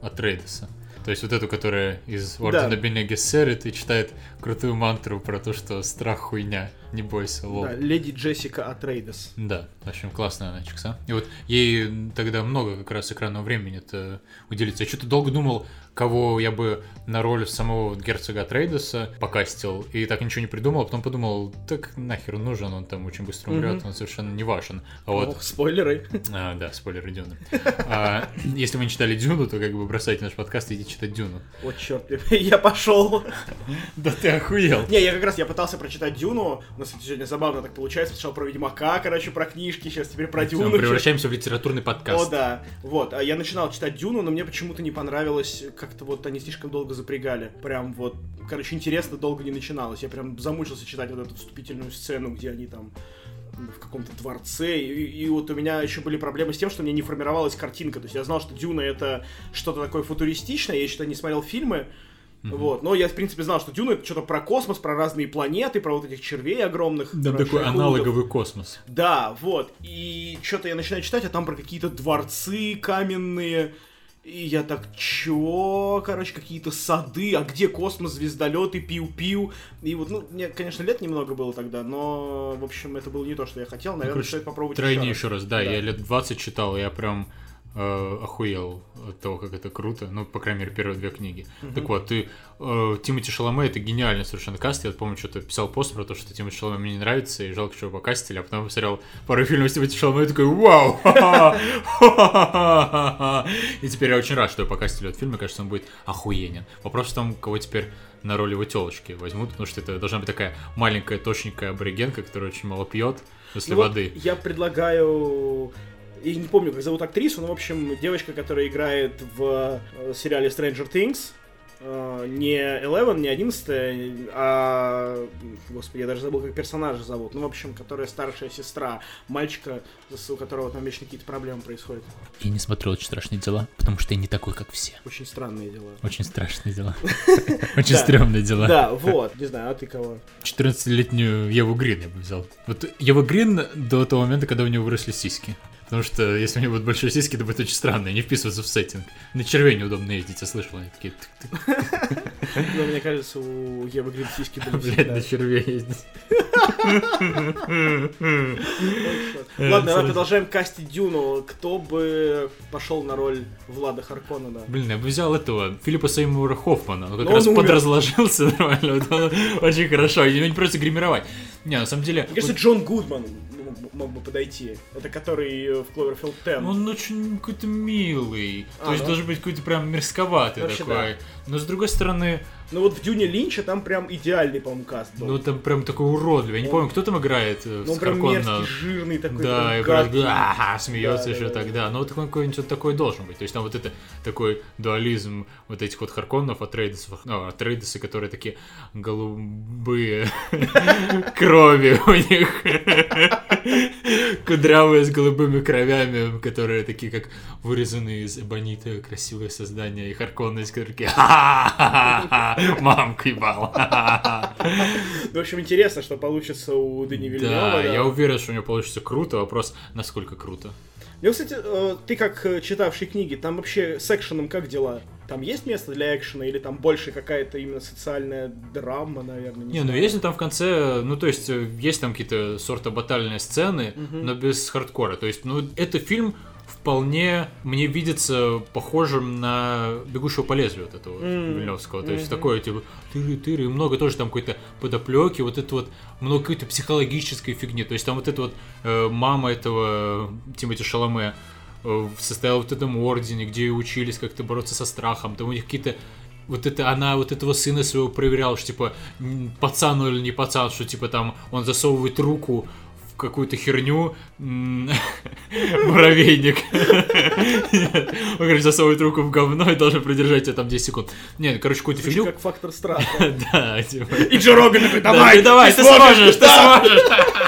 Атрейдеса. То есть вот эту, которая из Ордена Бене Гессерит и читает крутую мантру про то, что страх хуйня, не бойся, лол. Да, леди Джессика Атрейдес. Да, в общем, классная она чикса. И вот ей тогда много как раз экранного времени-то уделится. Я что-то долго думал, кого я бы на роль самого герцога Атрейдеса покастил, и так ничего не придумал, а потом подумал, так нахер нужен, он там очень быстро умрет, он совершенно не важен. А вот... Ох, спойлеры. Да, спойлеры Дюны. Если вы не читали Дюну, то как бы бросайте наш подкаст и идите читать Дюну. Вот черт, я пошел. Да ты охуел. Не, я пытался прочитать Дюну, у нас это сегодня забавно так получается, сначала про Ведьмака, про книжки, сейчас теперь про Дюну. Мы превращаемся в литературный подкаст. О, да. Вот, я начинал читать Дюну, но мне почему-то не понравилось, как-то вот они слишком долго запрягали. Прям вот, интересно, долго не начиналось. Я прям замучился читать вот эту вступительную сцену, где они там в каком-то дворце, и вот у меня еще были проблемы с тем, что у меня не формировалась картинка, то есть я знал, что Дюна это что-то такое футуристичное, я еще не смотрел фильмы, вот, но я, в принципе, знал, что Дюна это что-то про космос, про разные планеты, про вот этих червей огромных. Да, такой аналоговый космос. Да, вот, и что-то я начинаю читать, а там про какие-то дворцы каменные. И я так, какие-то сады, а где космос, звездолеты, пиу-пиу. И вот, мне, конечно, лет немного было тогда, но, в общем, это было не то, что я хотел. Наверное, стоит попробовать еще раз. Да, я лет 20 читал, я прям охуел от того, как это круто. Ну, по крайней мере, первые 2 книги. Так вот, Тимоти Шаломе — это гениальный совершенно каст. Я помню, что-то писал пост про то, что Тимоти Шаломе мне не нравится, и жалко, что его покастили, а потом посмотрел пару фильмов с Тимоти Шаломе и такой: вау! И теперь я очень рад, что его покастили этот фильм. Мне кажется, он будет охуенен. Вопрос в том, кого теперь на роль его тёлочки возьмут, потому что это должна быть такая маленькая, точненькая аборигенка, которая очень мало пьет после воды. Я предлагаю... Я не помню, как зовут актрису, но, в общем, девочка, которая играет в сериале Stranger Things, не 11, не 11, а... Господи, я даже забыл, как персонажа зовут. Ну, в общем, которая старшая сестра мальчика, у которого там вечно какие-то проблемы происходят. Я не смотрел «Очень страшные дела», потому что я не такой, как все. Очень странные дела. Очень страшные дела. Очень стрёмные дела. Да, вот. Не знаю, а ты кого? 14-летнюю Еву Грин я бы взял. Вот Ева Грин до того момента, когда у нее выросли сиськи. Потому что если у него будут большие сиськи, это будет очень странно, и не вписываться в сеттинг. На червей неудобно ездить, я слышал, они такие... Ну, мне кажется, у Евы Грин сиськи были всегда. Блядь, на червей ездить. Ладно, давай продолжаем кастить Дюну. Кто бы пошел на роль Влада Харконнена? Блин, я бы взял этого Филиппа Сеймура Хоффмана. Он как раз подразложился нормально. Очень хорошо, его не придется гримировать. Не, на самом деле... Мне кажется, Джон Гудман мог бы подойти. Это который в Cloverfield 10. Он очень какой-то милый. То есть должен быть какой-то прям мерзковатый такой. Но с другой стороны... Ну вот в Дюне Линча там прям идеальный, по-моему, каст был. Ну там прям такой уродливый. Я не помню, кто там играет. Ну он прям мерзкий, жирный такой. Да, и прям смеется еще тогда. Но вот какой-нибудь такой должен быть. То есть там вот это такой дуализм вот этих вот Харконнов, Атрейдесы, которые такие голубые крови у них. Кудрявые с голубыми кровями, которые такие как вырезанные из эбонита, красивые создания. И Харконны, которые такие: мамку ебал. В общем, интересно, что получится у Дени Вильнёва. Да, я уверен, что у него получится круто. Вопрос, насколько круто. Ну, кстати, ты как читавший книги, там вообще с экшеном как дела? Там есть место для экшена или там больше какая-то именно социальная драма, наверное? Не, ну если там в конце, ну то есть есть там какие-то сорта батальные сцены, но без хардкора. То есть, ну это фильм вполне мне видится похожим на «Бегущего по лезвию» вот этого Вильнёвского. То есть такое, типа, тыры-тыры, много тоже там какой-то подоплёки, вот это вот, много какой-то психологической фигни. То есть там вот эта вот мама этого Тимоти Шаломе состояла в вот этом ордене, где учились как-то бороться со страхом. Там у них какие-то... Вот это она вот этого сына своего проверяла, что типа пацан или не пацан, что типа там он засовывает руку в какую-то херню, муравейник. Он, короче, засовывает руку в говно и должен продержать ее там 10 секунд. Нет, короче, какую-то фигню. Как фактор страха. Да, типа. И Джо Роган такой: давай, ты сможешь, ты сможешь.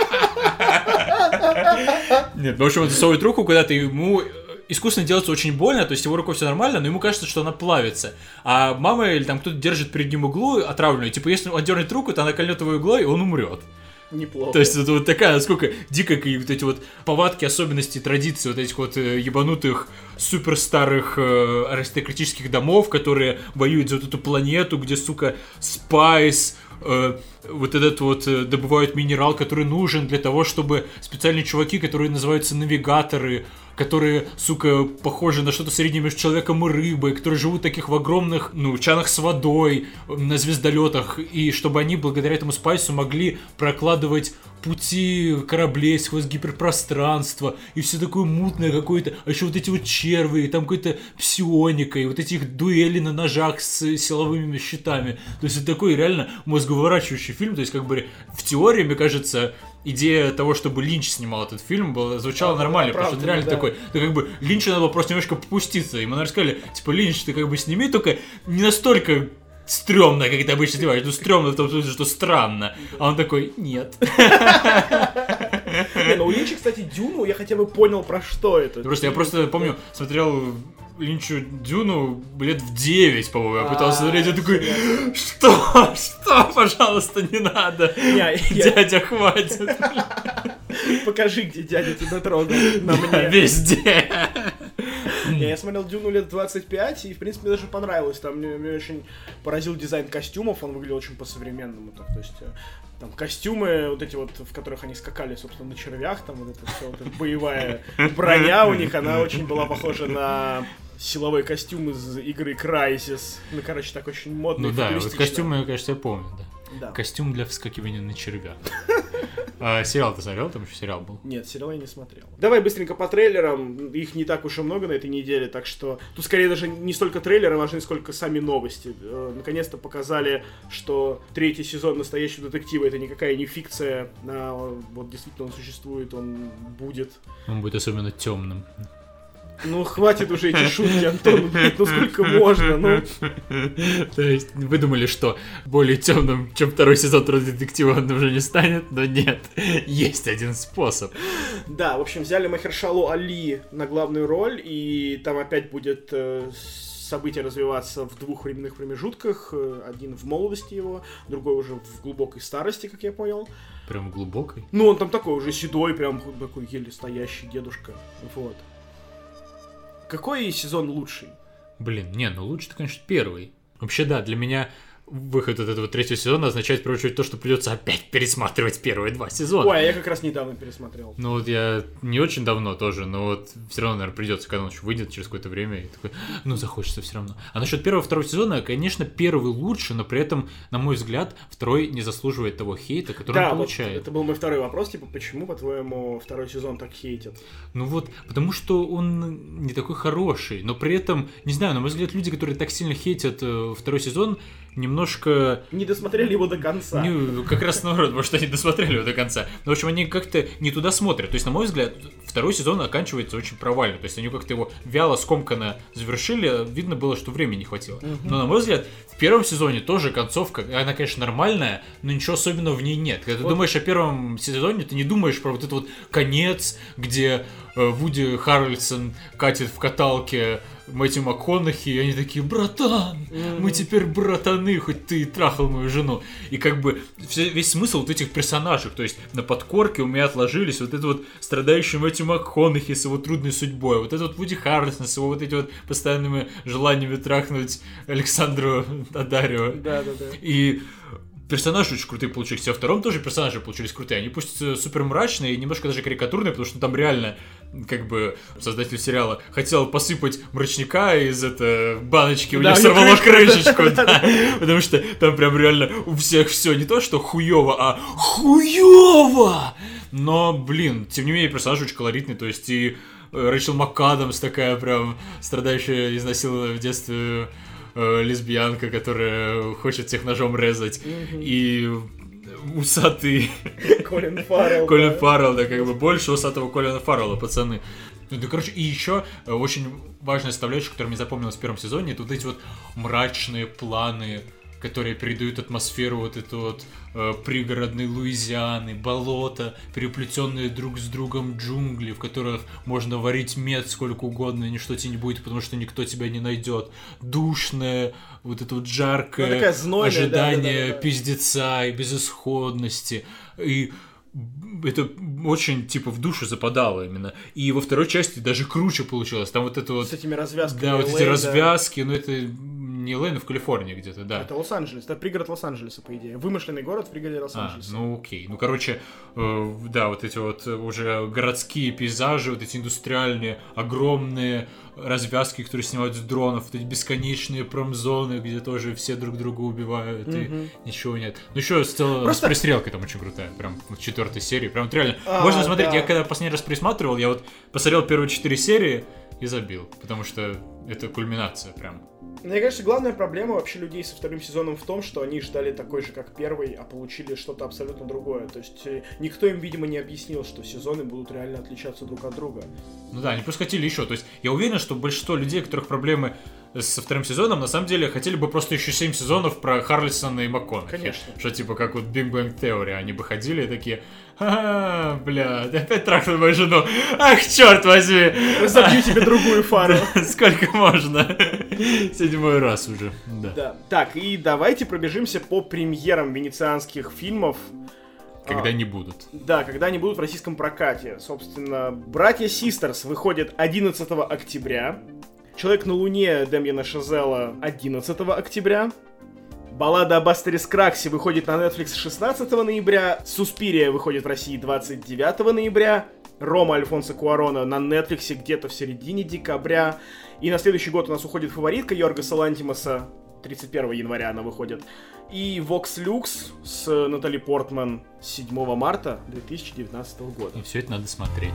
Нет, в общем, он засовывает руку куда-то, и ему искусственно делается очень больно, то есть его рукой все нормально, но ему кажется, что она плавится. А мама или там кто-то держит перед ним иглу отравленную, типа если он дернет руку, то она кольнет его иглой, и он умрет. Неплохо. То есть это вот такая, насколько дико вот эти вот повадки, особенности, традиции вот этих вот ебанутых суперстарых аристократических домов, которые воюют за вот эту планету, где, сука, спайс, вот этот вот добывают минерал, который нужен для того, чтобы специальные чуваки, которые называются навигаторы, которые, сука, похожи на что-то среднее между человеком и рыбой, которые живут таких в огромных, чанах с водой, на звездолетах, и чтобы они благодаря этому спайсу могли прокладывать пути кораблей сквозь гиперпространство, и все такое мутное какое-то, а еще вот эти вот черви, и там какая-то псионика, и вот эти их дуэли на ножах с силовыми щитами. То есть это такой реально мозговыворачивающий фильм, то есть как бы в теории, мне кажется, идея того, чтобы Линч снимал этот фильм, звучала нормально, потому что это реально такой, как бы Линчу надо было просто немножко попуститься, ему, наверное, сказали, типа, Линч, ты как бы сними, только не настолько стрёмно, как ты обычно снимаешь, стрёмно в том смысле, что странно, а он такой, нет. У Линча, кстати, Дюну, я хотя бы понял, про что это. Я просто помню, смотрел Линчу Дюну лет в 9, по-моему, я пытался смотреть, я такой, что, пожалуйста, не надо, дядя, хватит. Покажи, где дядя тебя трогал на мне. Везде. Я смотрел Дюну лет 25, и, в принципе, мне даже понравилось. Там мне очень поразил дизайн костюмов, он выглядел очень по-современному. То есть, там, костюмы, вот эти вот, в которых они скакали, собственно, на червях, там, вот эта вся вот эта боевая броня у них, она очень была похожа на силовой костюм из игры Crysis. Короче, так очень модно и футуристично. Вот костюмы, конечно, я помню, да. Костюм для вскакивания на червя. Сериал ты смотрел? Там еще сериал был. Нет, сериал я не смотрел. Давай быстренько по трейлерам. Их не так уж и много на этой неделе, так что тут скорее даже не столько трейлеры важны, сколько сами новости. Наконец-то показали, что 3-й сезон «Настоящего детектива» — это никакая не фикция, а вот действительно он существует, он будет. Он будет особенно темным. Хватит уже эти шутки, Антон, сколько можно, То есть вы думали, что более темным, чем 2-й сезон «Трue детектива» он уже не станет, но нет, есть один способ. Да, в общем, взяли Махершалу Али на главную роль, и там опять будет события развиваться в 2 временных промежутках. Один в молодости его, другой уже в глубокой старости, как я понял. Прям глубокой? Он там такой уже седой, прям такой еле стоящий дедушка, вот. Какой сезон лучший? Лучше-то, конечно, 1-й. Вообще, да, для меня выход от этого 3-го сезона означает, в первую очередь, то, что придется опять пересматривать первые 2 сезона. Ой, я как раз недавно пересмотрел. Я не очень давно тоже, но все равно, наверное, придется, когда он еще выйдет через какое-то время, и такой, захочется все равно. А насчет 1-2 сезона, конечно, 1-й лучше, но при этом, на мой взгляд, 2-й не заслуживает того хейта, который он получает. Вот это был мой второй вопрос, почему, по-твоему, 2-й сезон так хейтят? Потому что он не такой хороший, но при этом, не знаю, на мой взгляд, люди, которые так сильно хейтят 2-й сезон, немножко... Не досмотрели его до конца. Как раз наоборот, может, они досмотрели его до конца. Но, в общем, они как-то не туда смотрят. То есть, на мой взгляд, 2-й сезон оканчивается очень провально. То есть, они как-то его вяло, скомканно завершили. Видно было, что времени не хватило. Но, на мой взгляд, в 1-м сезоне тоже концовка, она, конечно, нормальная, но ничего особенного в ней нет. Когда ты думаешь о 1-м сезоне, ты не думаешь про вот этот вот конец, где Вуди Харрельсон катит в каталке Мэтью МакКонахи, и они такие: братан, мы теперь братаны, хоть ты и трахал мою жену. И как бы весь смысл вот этих персонажей, то есть на подкорке у меня отложились вот это вот страдающий Мэтью МакКонахи с его трудной судьбой, вот этот вот Вуди Харрельсон с его вот эти вот постоянными желаниями трахнуть Александру Адарио. Да. И персонажи очень крутые получились. А во 2-м тоже персонажи получились крутые. Они пусть супер мрачные и немножко даже карикатурные, потому что там реально, как бы, создатель сериала хотел посыпать мрачника из баночки, у них сорвало крышечку, потому что там прям реально у всех все не то, что хуёво, а хуёво! Но, блин, тем не менее, персонаж очень колоритный, то есть и Рэйчел МакАдамс такая прям страдающая, изнасилованная в детстве лесбиянка, которая хочет всех ножом резать, и усатый Колин Фаррелл. Колин Фаррелл, да, как бы больше усатого Колина Фаррелла, пацаны. И еще очень важная составляющая, которая мне запомнилась в 1-м сезоне, это вот эти вот мрачные планы, которые передают атмосферу вот этой вот пригородной Луизианы, болота, переплетенные друг с другом джунгли, в которых можно варить мед сколько угодно, и ничто тебе не будет, потому что никто тебя не найдет. Душное, вот это вот жаркое знойная, ожидание пиздеца и безысходности. И это очень, типа, в душу западало именно. И во второй части даже круче получилось. Там вот это вот... С этими развязками. Да, вот эти развязки, но это не Лэй, но в Калифорнии где-то, да. Это Лос-Анджелес, это пригород Лос-Анджелеса, по идее. Вымышленный город в пригороде Лос-Анджелеса. Ну окей. Ну, короче, да, вот эти вот уже городские пейзажи, вот эти индустриальные, огромные развязки, которые снимают с дронов, вот эти бесконечные промзоны, где тоже все друг друга убивают, и ничего нет. Ну, еще с пристрелкой там очень крутая, прям в 4-й серии, прям вот реально. Можно смотреть, да. Я когда последний раз присматривал, я вот посмотрел первые 4 серии и забил, потому что это кульминация прям. Мне кажется, главная проблема вообще людей со вторым сезоном в том, что они ждали такой же, как первый, а получили что-то абсолютно другое. То есть никто им, видимо, не объяснил, что сезоны будут реально отличаться друг от друга. Ну да, они просто хотели еще. То есть я уверен, что большинство людей, у которых проблемы со вторым сезоном, на самом деле хотели бы просто еще 7 сезонов про Харлисона и МакКонахи. Конечно. Что типа как вот Big Bang Theory, они бы ходили и такие: ха-ха, бля, ты опять трахнул мою жену. Ах, черт возьми. Забью тебе другую фару. Сколько можно? 7-й раз уже. Да. Так, и давайте пробежимся по премьерам венецианских фильмов. Когда не будут. Да, когда они будут в российском прокате. Собственно, «Братья Систерс» выходит 11 октября. «Человек на Луне» Дэмьена Шазела 11 октября. «Баллада о Бастере Скраксе» выходит на Netflix 16 ноября. «Суспирия» выходит в России 29 ноября. «Рома» Альфонсо Куарона на Netflix где-то в середине декабря. И на следующий год у нас уходит «Фаворитка» Йоргоса Лантимоса. 31 января она выходит. И «Вокс Люкс» с Натали Портман 7 марта 2019 года. И все это надо смотреть.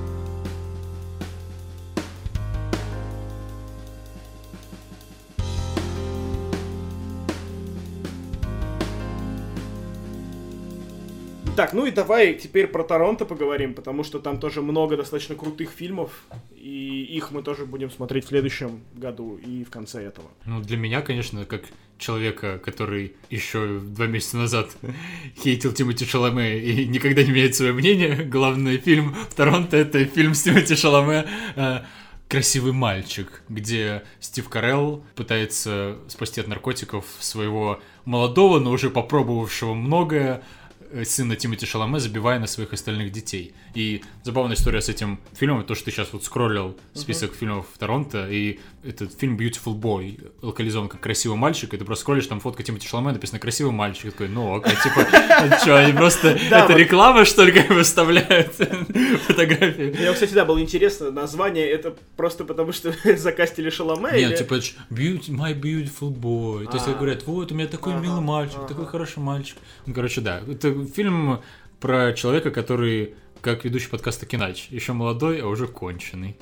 Так, ну и давай теперь про Торонто поговорим, потому что там тоже много достаточно крутых фильмов, и их мы тоже будем смотреть в следующем году и в конце этого. Ну, для меня, конечно, как человека, который еще 2 месяца назад хейтил Тимоти Шаломе и никогда не меняет свое мнение, главный фильм в Торонто — это фильм с Тимоти Шаломе «Красивый мальчик», где Стив Карелл пытается спасти от наркотиков своего молодого, но уже попробовавшего многое сына Тимоти Шаломе, забивая на своих остальных детей. И забавная история с этим фильмом, то, что ты сейчас вот скроллил список фильмов в Торонто, и этот фильм Beautiful Boy локализован как «Красивый мальчик», и ты просто скроллишь, там фотка Тимоти Шаломе, написано «Красивый мальчик», и такой, ну ок, типа, что, они просто, это реклама, что ли, как выставляют фотографии? Мне, кстати, да, было интересно, название это просто потому, что закастили Шаломе? Нет, типа, My Beautiful Boy, то есть говорят, вот, у меня такой милый мальчик, такой хороший мальчик. Ну, короче, да, это фильм про человека, который, как ведущий подкаста Кинач, еще молодой, а уже конченый.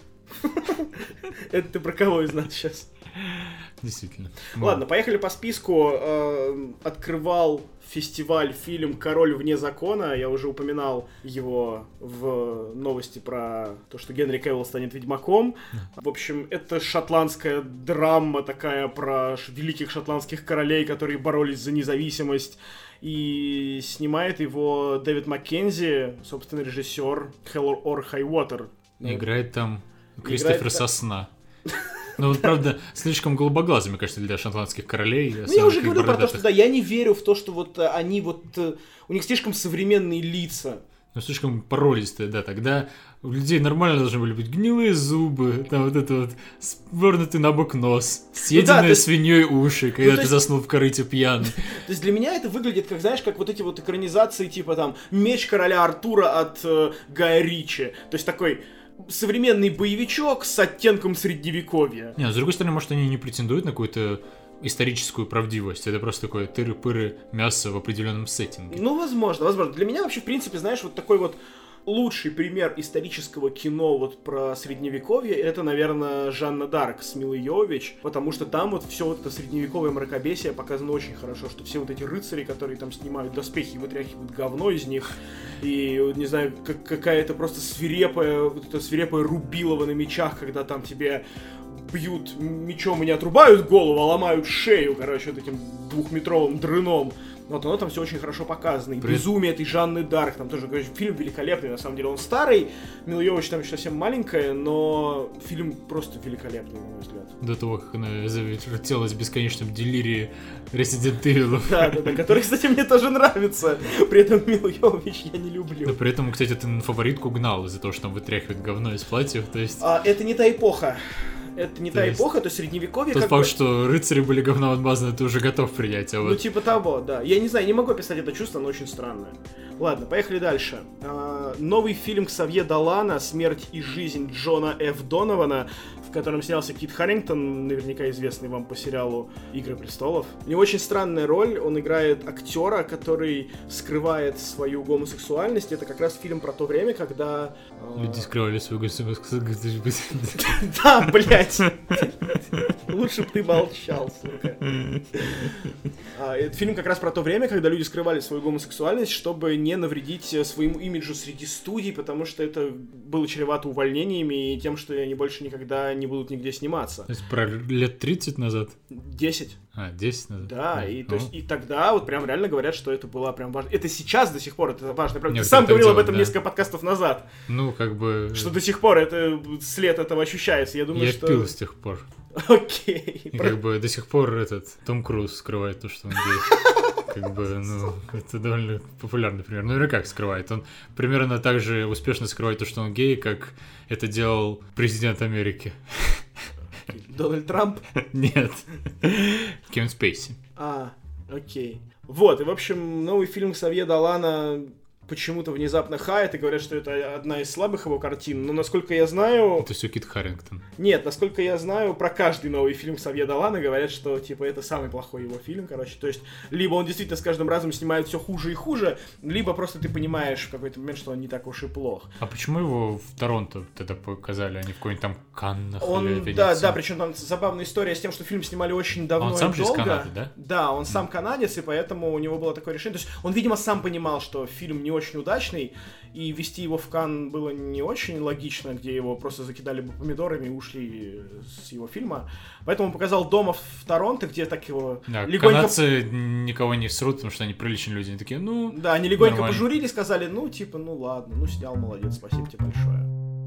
Это ты про кого из нас сейчас? Действительно. Ладно, поехали по списку. Открывал фестиваль фильм «Король вне закона». Я уже упоминал его в новости про то, что Генри Кевилл станет Ведьмаком. В общем, это шотландская драма такая про великих шотландских королей, которые боролись за независимость. И снимает его Дэвид Маккензи, собственно, режиссер Hell or High Water. Играет там Кристофер Сосна. Ну, вот, правда, слишком голубоглазый, мне кажется, для шотландских королей. Ну, я уже говорю про то, что да, я не верю в то, что вот они вот... У них слишком современные лица. Ну, слишком породистые, да. Тогда у людей нормально должны были быть гнилые зубы, там вот это вот свернутый на бок нос, съеденные свиньей уши, когда ты заснул в корыте пьяный. То есть для меня это выглядит, как, знаешь, как вот эти вот экранизации, типа там «Меч короля Артура» от Гая Ричи. То есть такой... современный боевичок с оттенком средневековья. Не, с другой стороны, может, они не претендуют на какую-то историческую правдивость. Это просто такое тыры-пыры мясо в определенном сеттинге. Ну, возможно, возможно. Для меня вообще, в принципе, знаешь, вот такой вот лучший пример исторического кино вот про средневековье, это, наверное, Жанна Дарк с Милой Йовович, потому что там вот все вот это средневековое мракобесие показано очень хорошо, что все вот эти рыцари, которые там снимают доспехи и вытряхивают говно из них, и, не знаю, какая-то просто свирепая рубилово на мечах, когда там тебе бьют мечом и не отрубают голову, а ломают шею, короче, вот этим 2-метровым дрыном. Вот оно там все очень хорошо показано. И безумие этой Жанны Дарк, там тоже, короче, фильм великолепный, на самом деле. Он старый, Мила Йовович там еще совсем маленькая, но фильм просто великолепный, на мой взгляд. До того, как она завертелась в бесконечном делирии Resident Evil. Да, который, кстати, мне тоже нравится. При этом Милу Йовович я не люблю. Да, при этом, кстати, ты на фаворитку гнал из-за того, что там вытряхивает говно из платьев, то есть... Это не та эпоха. Это не та эпоха, то есть средневековье. Тот факт, что рыцари были говном отмазаны, ты уже готов принять, а вот... Ну, типа того, да. Я не знаю, не могу описать это чувство, оно очень странное. Ладно, поехали дальше. Новый фильм Ксавье Долана «Смерть и жизнь Джона Ф. Донована», в котором снялся Кит Харингтон, наверняка известный вам по сериалу «Игры престолов». У него очень странная роль, он играет актера, который скрывает свою гомосексуальность. Это как раз фильм про то время, когда... Люди скрывали свою гомосексуальность. Да, блядь! Лучше бы ты молчал, сука. Это фильм как раз про то время, когда люди скрывали свою гомосексуальность, чтобы не навредить своему имиджу среди студий, потому что это было чревато увольнениями и тем, что они больше никогда не будут нигде сниматься. То есть про лет 30 назад? 10. 10 назад. Да, и, то есть, и тогда вот прям реально говорят, что это было прям важно. Это сейчас до сих пор это важно. Ты сам говорил об этом несколько подкастов назад. Ну, как бы... Что до сих пор это след этого ощущается. Я думаю, что... Я пил с тех пор. Окей. И как бы до сих пор Том Круз скрывает то, что он гей. Как бы, ну, это довольно популярный пример. Ну, или как скрывает? Он примерно так же успешно скрывает то, что он гей, как это делал президент Америки. Дональд Трамп? Нет. Кевин Спейси. Окей. Вот, и, в общем, новый фильм Ксавье Долана почему-то внезапно хайт, и говорят, что это одна из слабых его картин, но насколько я знаю... Это все Кит Харингтон. Нет, насколько я знаю, про каждый новый фильм Ксавье Долана говорят, что, типа, это самый плохой его фильм, короче, то есть, либо он действительно с каждым разом снимает все хуже и хуже, либо просто ты понимаешь в какой-то момент, что он не так уж и плох. А почему его в Торонто тогда показали, а не в какой-нибудь там Каннах или Венеции? Да, причем там забавная история с тем, что фильм снимали очень давно и долго. Он сам же из Канады, да? Да, он сам канадец, и поэтому у него было такое решение, то есть, он, видимо, сам понимал, что фильм не очень удачный, и вести его в Канн было не очень логично, где его просто закидали бы помидорами и ушли с его фильма. Поэтому он показал дома в Торонто, где так его легонько... Канадцы никого не срут, потому что они приличные люди. Они такие, ну... Да, они легонько нормально пожурили, сказали, ну, типа, ну ладно, ну снял, молодец, спасибо тебе большое.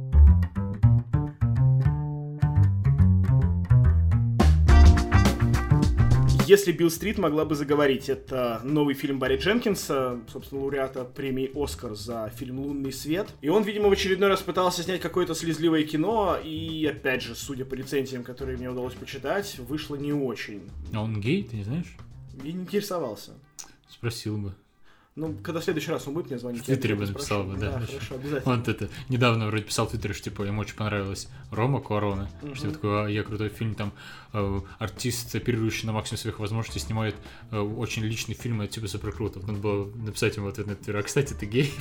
«Если Билл Стрит могла бы заговорить» — это новый фильм Барри Дженкинса, собственно, лауреата премии «Оскар» за фильм «Лунный свет». И он, видимо, в очередной раз пытался снять какое-то слезливое кино, и, опять же, судя по рецензиям, которые мне удалось почитать, вышло не очень. А он гей, ты не знаешь? Я не интересовался. Спросил бы. Ну, когда в следующий раз он будет мне звонить. В Твиттере бы написал бы, да. Хорошо, обязательно. Он это недавно вроде писал в Твиттере, что типа ему очень понравилась Рома Куарона, что такой, я крутой фильм, там артист, оперирующий на максимум своих возможностей, снимает очень личный фильм, это типа супер круто. Надо было написать ему ответ на Твиттер. А кстати, ты гей?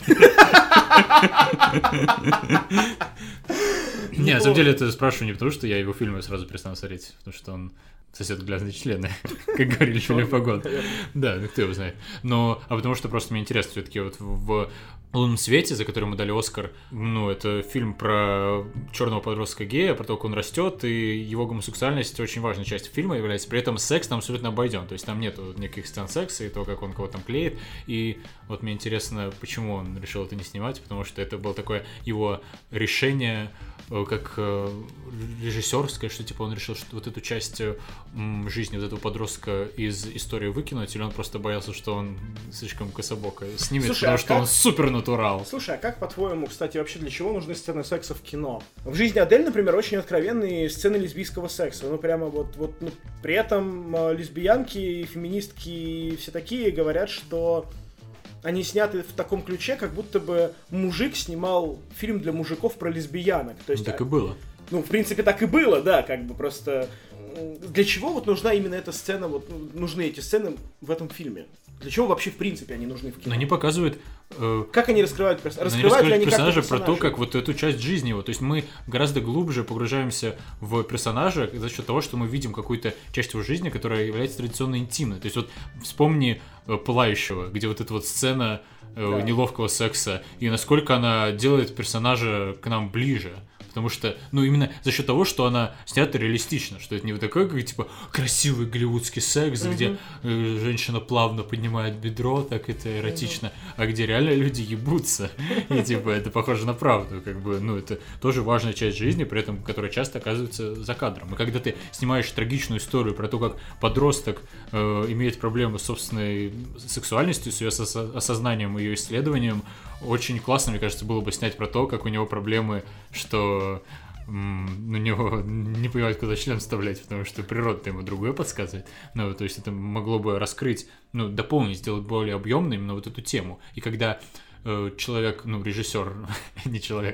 Не, на самом деле это спрашиваю не потому, что я его фильмы сразу перестану смотреть, потому что он сосет грязные члены, как говорили Филипп Погон. Да, ну кто его знает. Но, потому что просто мне интересно, все-таки вот в «Лунном свете», за который ему дали Оскар, ну, это фильм про черного подростка гея, про то, как он растет, и его гомосексуальность очень важной частью фильма является. При этом секс там абсолютно обойден, то есть там нету никаких сцен секса и то, как он кого-то там клеит. И вот мне интересно, почему он решил это не снимать, потому что это было такое его решение как режиссерское, что типа он решил, что вот эту часть жизни вот этого подростка из истории выкинуть, или он просто боялся, что он слишком кособоко снимет. Слушай, потому что он супер натурал. Слушай, а как, по-твоему, кстати, вообще для чего нужны сцены секса в кино? В жизни Адель, например, очень откровенные сцены лесбийского секса. Ну, прямо вот ну, при этом лесбиянки, феминистки и все такие говорят, что они сняты в таком ключе, как будто бы мужик снимал фильм для мужиков про лесбиянок. То есть, так и было. Ну, в принципе, так и было, да, как бы просто... Для чего вот нужна именно эта сцена, вот нужны эти сцены в этом фильме? Для чего вообще, в принципе, они нужны в кино? Но они показывают... как они раскрывают персонажа? Раскрывают ли они персонажа про то, как вот эту часть жизни его. То есть мы гораздо глубже погружаемся в персонажа за счет того, что мы видим какую-то часть его жизни, которая является традиционно интимной. То есть вот вспомни «Пылающего», где вот эта вот сцена неловкого секса, и насколько она делает персонажа к нам ближе. потому что, ну, именно за счет того, что она снята реалистично, что это не вот такой, как, типа, красивый голливудский секс, где женщина плавно поднимает бедро, так это эротично, а где реально люди ебутся, и, типа, это похоже на правду, как бы, ну, это тоже важная часть жизни, при этом, которая часто оказывается за кадром. И когда ты снимаешь трагичную историю про то, как подросток имеет проблемы с собственной сексуальностью, с ее осознанием, ее исследованием, очень классно, мне кажется, было бы снять про то, как у него проблемы, что у него не понимают, куда член вставлять, потому что природа ему другое подсказывает. Ну, то есть это могло бы раскрыть, ну, дополнить, сделать более объемной именно вот эту тему. И когда человек, ну, режиссер, не человек,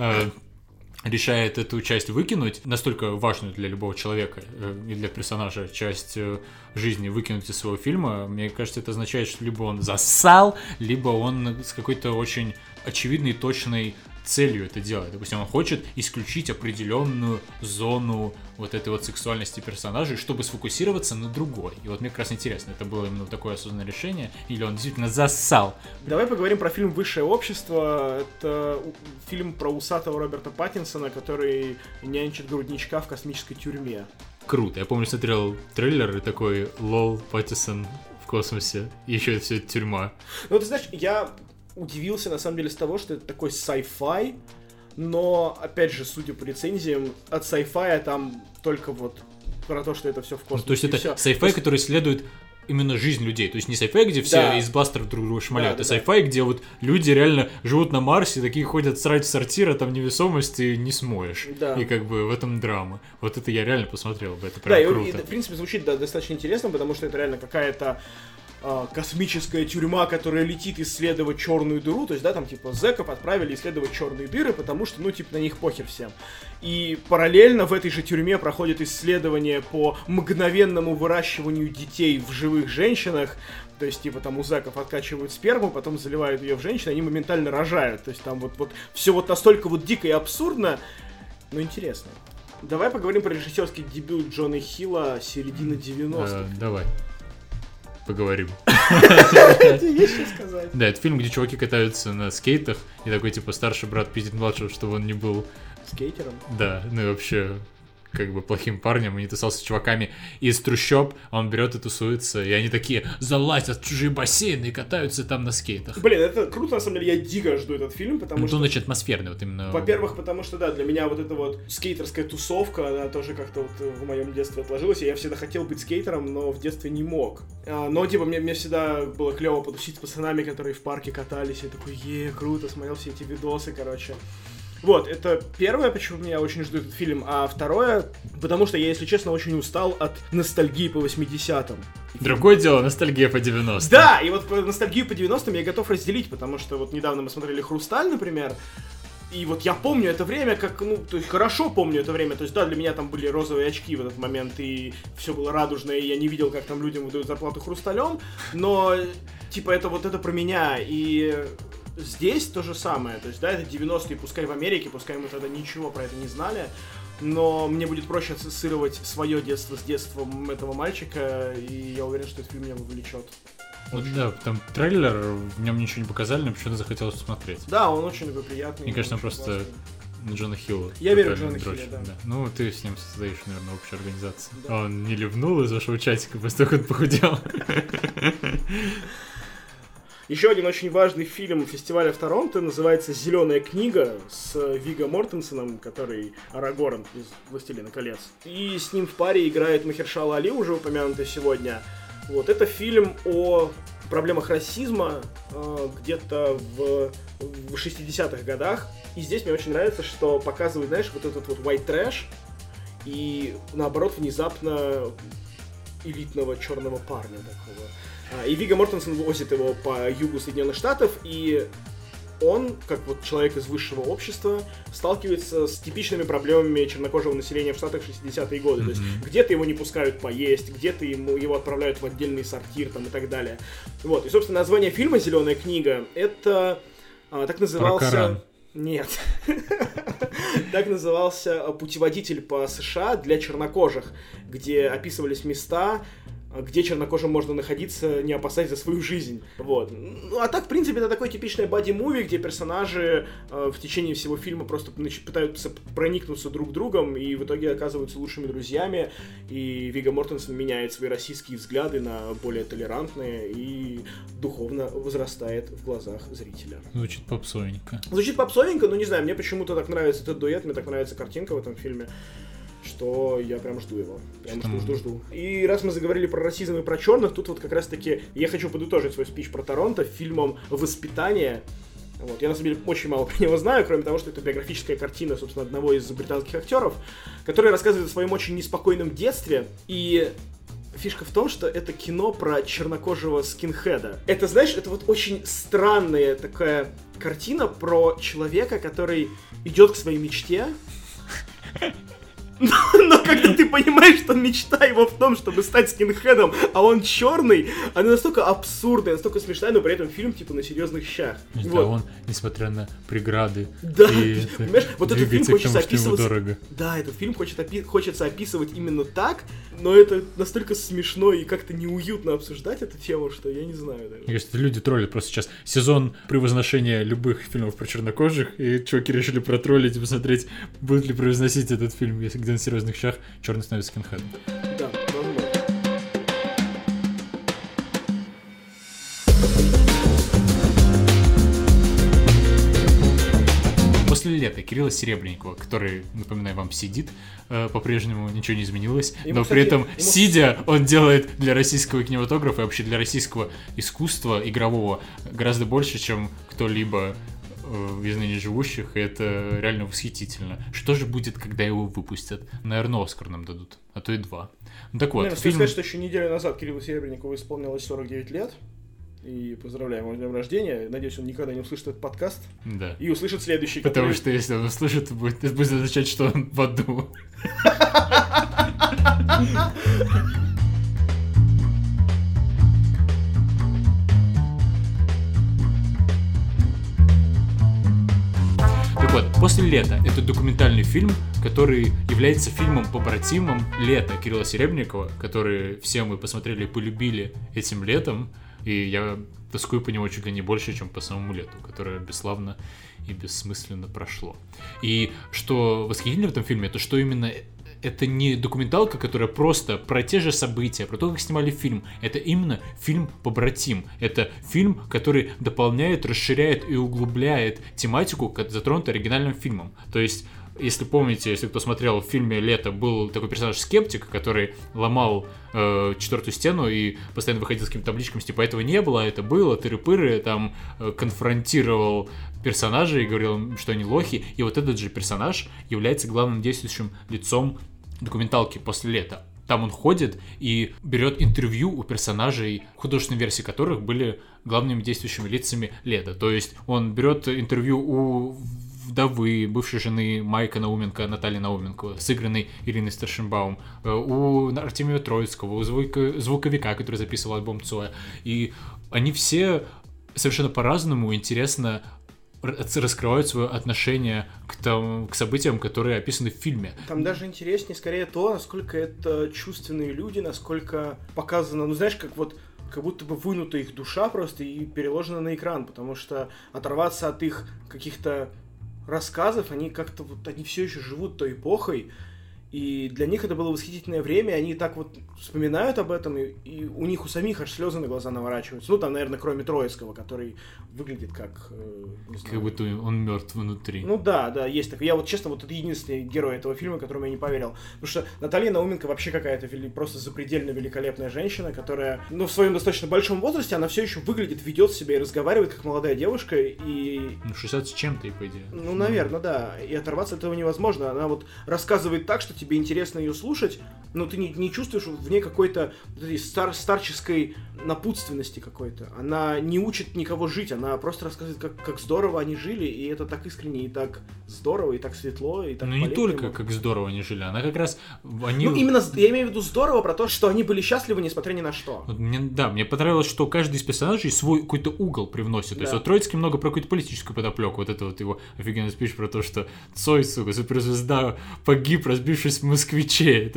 решает эту часть выкинуть, настолько важную для любого человека и для персонажа часть жизни выкинуть из своего фильма, мне кажется, это означает, что либо он зассал, либо он с какой-то очень очевидной и точной целью это делает. Допустим, он хочет исключить определенную зону вот этой вот сексуальности персонажей, чтобы сфокусироваться на другой. И вот мне как раз интересно, это было именно такое осознанное решение, или он действительно зассал? Давай поговорим про фильм «Высшее общество». Это фильм про усатого Роберта Паттинсона, который нянчит грудничка в космической тюрьме. Круто. Я помню, смотрел трейлер и такой, лол, Паттинсон в космосе. И еще это все тюрьма. Ну, ты знаешь, я удивился, на самом деле, с того, что это такой sci-fi, но, опять же, судя по рецензиям, от sci-fi там только вот про то, что это все в космосе. Ну, то есть это sci-fi, который исследует именно жизнь людей. То есть не sci-fi, где все из бластеров друг друга шмаляют, а sci-fi, где вот люди реально живут на Марсе, такие ходят срать в сортир, а там невесомости не смоешь. Да. И как бы в этом драма. Вот это я реально посмотрел бы, это прям круто. Да, и в принципе звучит достаточно интересно, потому что это реально какая-то космическая тюрьма, которая летит исследовать черную дыру, то есть, да, там, типа, зэков отправили исследовать черные дыры, потому что, ну, типа, на них похер всем. И параллельно в этой же тюрьме проходит исследование по мгновенному выращиванию детей в живых женщинах, то есть, типа, там у зэков откачивают сперму, потом заливают ее в женщин, они моментально рожают, то есть, там вот все вот настолько вот дико и абсурдно, но интересно. Давай поговорим про режиссерский дебют Джона Хилла середины 90-х. Давай. Поговорим. Тебе есть что сказать? Да, это фильм, где чуваки катаются на скейтах, и такой, типа, старший брат пиздит младшего, чтобы он не был... скейтером? Да, ну и вообще... как бы плохим парнем, и не тусался с чуваками из трущоб, он берет и тусуется, и они такие залазят в чужие бассейны и катаются там на скейтах. Блин, это круто, на самом деле, я дико жду этот фильм, потому что... Он очень атмосферный, вот именно... Во-первых, потому что, да, для меня вот эта вот скейтерская тусовка, она тоже как-то вот в моем детстве отложилась, и я всегда хотел быть скейтером, но в детстве не мог. Но, типа, мне всегда было клево потусить с пацанами, которые в парке катались, я такой, круто, смотрел все эти видосы, короче... Вот, это первое, почему я очень жду этот фильм, а второе, потому что я, если честно, очень устал от ностальгии по 80-м. Другое дело, ностальгия по 90-м. Да, и вот ностальгию по 90-м я готов разделить, потому что вот недавно мы смотрели «Хрусталь», например, и вот я помню это время, как, ну, то есть хорошо помню это время, то есть да, для меня там были розовые очки в этот момент, и все было радужно, и я не видел, как там людям выдают зарплату хрусталем, но, типа, это вот это про меня, и... Здесь то же самое, то есть, да, это 90-е, пускай в Америке, пускай мы тогда ничего про это не знали, но мне будет проще ассоциировать свое детство с детством этого мальчика, и я уверен, что этот фильм меня вовлечет. Ну да, там трейлер, в нем ничего не показали, но почему-то захотелось посмотреть. Да, он очень такой приятный. Мне кажется, он просто Джона Хилла. Я верю в Джона Хилла, да. Ну, ты с ним создаешь, наверное, общую организацию. Да. Он не ливнул из вашего чатика после того, как он похудел. Еще один очень важный фильм фестиваля в Торонто называется «Зеленая книга» с Вигго Мортенсеном, который Арагорн из «Властелина колец». И с ним в паре играет Махершала Али, уже упомянутый сегодня. Вот, это фильм о проблемах расизма где-то в 60-х годах. И здесь мне очень нравится, что показывают, знаешь, вот этот вот white trash и, наоборот, внезапно элитного черного парня такого. И Вигго Мортенсен возит его по югу Соединенных Штатов, и он, как вот человек из высшего общества, сталкивается с типичными проблемами чернокожего населения в Штатах в 60-е годы. То есть где-то его не пускают поесть, где-то его отправляют в отдельный сортир там, и так далее. Вот. И, собственно, название фильма «Зеленая книга» — это так назывался... Нет. Так назывался путеводитель по США для чернокожих, где описывались места, где чернокожим можно находиться, не опасаясь за свою жизнь. Вот. Ну, а так, в принципе, это такой типичный боди-муви, где персонажи в течение всего фильма просто пытаются проникнуться друг другом и в итоге оказываются лучшими друзьями. И Вигго Мортенсен меняет свои российские взгляды на более толерантные и духовно возрастает в глазах зрителя. Звучит попсовенько. Звучит попсовенько, но не знаю, мне почему-то так нравится этот дуэт, мне так нравится картинка в этом фильме, что я прям жду его. Прям жду. И раз мы заговорили про расизм и про черных, тут вот как раз-таки я хочу подытожить свой спич про Торонто фильмом «Воспитание». Вот. Я, на самом деле, очень мало про него знаю, кроме того, что это биографическая картина, собственно, одного из британских актеров, который рассказывает о своем очень неспокойном детстве. И фишка в том, что это кино про чернокожего скинхеда. Это, знаешь, это вот очень странная такая картина про человека, который идет к своей мечте, но когда ты понимаешь, что мечта его в том, чтобы стать скинхедом, а он черный, она настолько абсурдная, настолько смешная, но при этом фильм типа на серьезных щах. Да, вот. Он, несмотря на преграды, да, понимаешь, вот этот фильм хочется описывать. Дорого. Да, этот фильм хочется описывать именно так, но это настолько смешно и как-то неуютно обсуждать эту тему, что я не знаю даже. Мне кажется, люди троллят просто сейчас сезон превозношения любых фильмов про чернокожих, и чуваки решили протроллить и посмотреть, будут ли превозносить этот фильм, если где на серьезных щах черный становится скинхедом. Да, возможно. После лета Кирилла Серебренникова, который, напоминаю вам, сидит, по-прежнему ничего не изменилось, но при этом, сидя, он делает для российского кинематографа и вообще для российского искусства игрового гораздо больше, чем кто-либо из ныне живущих, и это реально восхитительно. Что же будет, когда его выпустят? Наверное, Оскар нам дадут, а то и 2. Ну так вот, наверное, стоит сказать, что еще неделю назад Кириллу Серебренникову исполнилось 49 лет. И поздравляем его с днем рождения. Надеюсь, он никогда не услышит этот подкаст. Да. И услышит следующий. Потому что если он услышит, это будет означать, что он в аду. Так вот, «После лета» — это документальный фильм, который является фильмом-побратимом «Лето» Кирилла Серебренникова, который все мы посмотрели и полюбили этим летом, и я тоскую по нему чуть ли не больше, чем по самому лету, которое бесславно и бессмысленно прошло. И что восхитительно в этом фильме, это что именно это не документалка, которая просто про те же события, про то, как снимали фильм. Это именно фильм-побратим. Это фильм, который дополняет, расширяет и углубляет тематику, затронутую оригинальным фильмом. То есть, если помните, если кто смотрел в фильме «Лето», был такой персонаж Скептик, который ломал четвертую стену и постоянно выходил с какими-то табличками, типа этого не было, а это было, тыры-пыры, там конфронтировал персонажей и говорил, что они лохи. И вот этот же персонаж является главным действующим лицом документалки «После лета». Там он ходит и берет интервью у персонажей, художественные версии которых были главными действующими лицами лета. То есть он берет интервью у вдовы, бывшей жены Майка Науменко, Натальи Науменко, сыгранной Ириной Старшенбаум, у Артемия Троицкого, у звуковика, который записывал альбом Цоя. И они все совершенно по-разному интересно раскрывают свое отношение к событиям, которые описаны в фильме. Там даже интереснее скорее то, насколько это чувственные люди, насколько показано, ну знаешь, как будто бы вынута их душа просто и переложена на экран, потому что оторваться от их каких-то рассказов, они как-то они все еще живут той эпохой, и для них это было восхитительное время, они так вот вспоминают об этом, и у них у самих аж слезы на глаза наворачиваются. Ну, там, наверное, кроме Троицкого, который выглядит как... не знаю. Как будто он мертв внутри. Ну да, есть такой. Я вот, честно, это единственный герой этого фильма, которому я не поверил. Потому что Наталья Науменко вообще какая-то просто запредельно великолепная женщина, которая, в своем достаточно большом возрасте, она все еще выглядит, ведет себя и разговаривает как молодая девушка, и... 60 с чем-то, по идее. Ну, наверное, да. И оторваться от этого невозможно. Она рассказывает так, что тебе интересно ее слушать, но ты не чувствуешь в ней какой-то старческой напутственности какой-то. Она не учит никого жить, она просто рассказывает, как здорово они жили, и это так искренне, и так здорово, и так светло, и так не только как здорово они жили, она как раз... именно, я имею в виду здорово про то, что они были счастливы, несмотря ни на что. Мне понравилось, что каждый из персонажей свой какой-то угол привносит. Да. То есть Троицкий много про какую-то политическую подоплеку, вот это его офигенный спич про то, что Цой, сука, суперзвезда, погиб, разбившись в Москвиче. Это почти так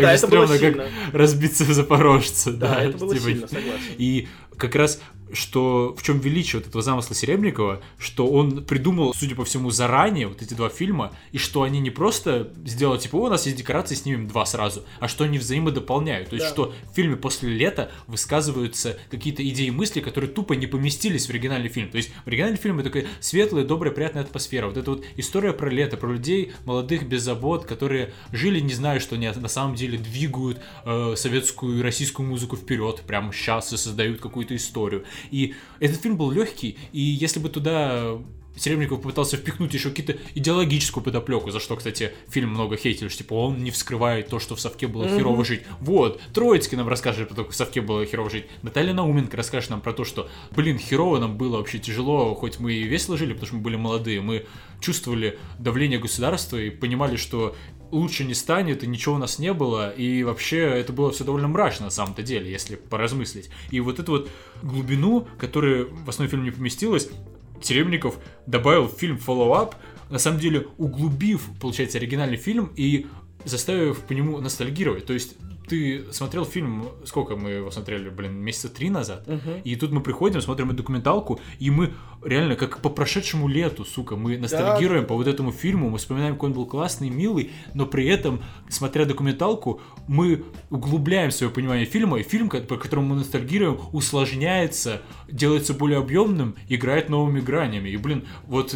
да, же стрёмно, как сильно. разбиться в запорожца. Да, это было сильно, согласен. И как раз, что в чем величие вот этого замысла Серебренникова, что он придумал, судя по всему, заранее вот эти два фильма, и что они не просто сделали, типа, у нас есть декорации, снимем два сразу, а что они взаимодополняют. То есть, что в фильме «После лета» высказываются какие-то идеи и мысли, которые тупо не поместились в оригинальный фильм. То есть, в оригинальном фильме такая светлая, добрая, приятная атмосфера. Вот эта вот история про лето, про людей молодых, без забот, которые жили, не зная, что они на самом деле двигают советскую и российскую музыку вперед, прямо сейчас и создают какую-то историю. И этот фильм был легкий, и если бы туда Серебренников попытался впихнуть еще какие-то идеологическую подоплеку, за что, кстати, фильм много хейтили, что типа он не вскрывает то, что в Совке было херово жить. Вот, Троицкий нам расскажет про то, как в Совке было херово жить. Наталья Науменко расскажет нам про то, что, херово нам было вообще тяжело, хоть мы и весело жили, потому что мы были молодые, мы чувствовали давление государства и понимали, что лучше не станет, и ничего у нас не было, и вообще это было все довольно мрачно на самом-то деле, если поразмыслить. И вот эту вот глубину, которая в основе фильма не поместилась, Серебренников добавил в фильм «Follow-up», на самом деле углубив, получается, оригинальный фильм и заставив по нему ностальгировать. То есть ты смотрел фильм, сколько мы его смотрели, месяца 3 назад, и тут мы приходим, смотрим эту документалку, и мы реально как по прошедшему лету, сука, мы ностальгируем по вот этому фильму, мы вспоминаем, какой он был классный, милый, но при этом, смотря документалку, мы углубляем свое понимание фильма, и фильм, по которому мы ностальгируем, усложняется, делается более объемным, играет новыми гранями. И, вот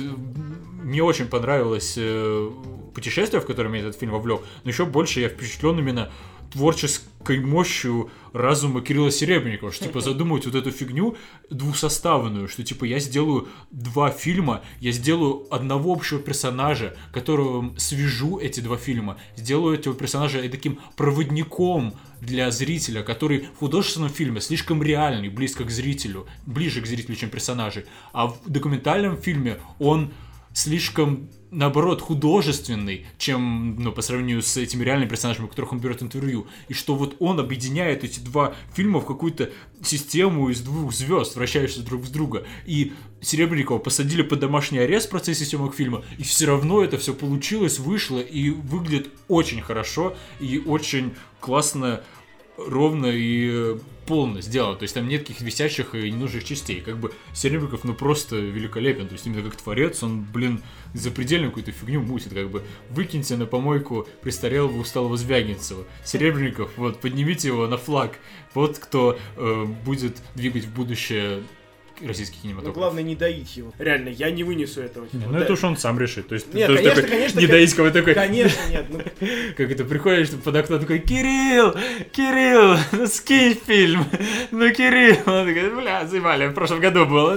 мне очень понравилось путешествие, в которое меня этот фильм вовлек, но еще больше я впечатлен именно творческой мощью разума Кирилла Серебренникова, что, типа, задумывать вот эту фигню двухсоставную, что, типа, я сделаю 2 фильма, я сделаю одного общего персонажа, которого свяжу эти 2 фильма, сделаю этого персонажа таким проводником для зрителя, который в художественном фильме слишком реальный, ближе к зрителю, чем персонажи, а в документальном фильме он слишком, наоборот, художественный, чем, по сравнению с этими реальными персонажами, у которых он берет интервью. И что вот он объединяет эти 2 фильма в какую-то систему из 2 звезд, вращающихся друг с друга. И Серебренникова посадили под домашний арест в процессе съемок фильма, и все равно это все получилось, вышло, и выглядит очень хорошо, и очень классно, ровно и полно сделано. То есть там нет каких висящих и ненужных частей. Как бы Серебренников, просто великолепен. То есть именно как творец, он, запредельную какую-то фигню мутит. Как бы выкиньте на помойку престарелого усталого Звягинцева. Серебренников, поднимите его на флаг. Вот кто будет двигать в будущее российский кинематограф. Но главное не доить его. Реально, я не вынесу этого. Это уж он сам решит. То есть, нет, конечно, не доить кого такой. Конечно, нет. Как это, приходишь под окно такой: Кирилл, скинь фильм. Кирилл. Он такой: заебали, в прошлом году было.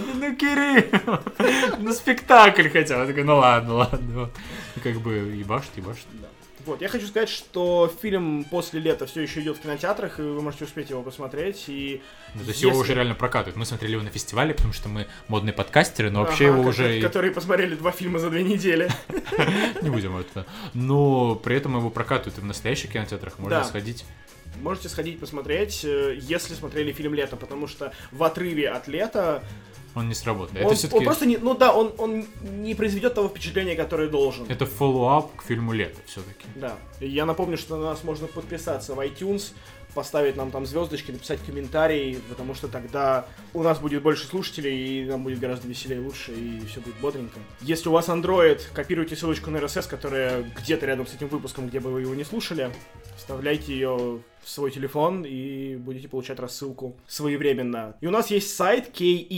Кирилл, спектакль хотя. Он такой: ладно. Как бы ебашит. Да. Вот, я хочу сказать, что фильм «После лета» все еще идет в кинотеатрах, и вы можете успеть его посмотреть. И то есть его уже реально прокатывают. Мы смотрели его на фестивале, потому что мы модные подкастеры, но вообще его уже... Которые посмотрели 2 фильма за 2 недели. Не будем это. Но при этом его прокатывают и в настоящих кинотеатрах. Можно сходить. Можете сходить посмотреть, если смотрели фильм «Лето», потому что в отрыве от «Лета» он не сработает. Он просто не... он не произведет того впечатления, которое должен. Это follow-up к фильму «Лето» все-таки. Да. Я напомню, что на нас можно подписаться в iTunes, поставить нам там звездочки, написать комментарий, потому что тогда у нас будет больше слушателей, и нам будет гораздо веселее, лучше, и все будет бодренько. Если у вас Android, копируйте ссылочку на RSS, которая где-то рядом с этим выпуском, где бы вы его не слушали, вставляйте ее в свой телефон и будете получать рассылку своевременно. И у нас есть сайт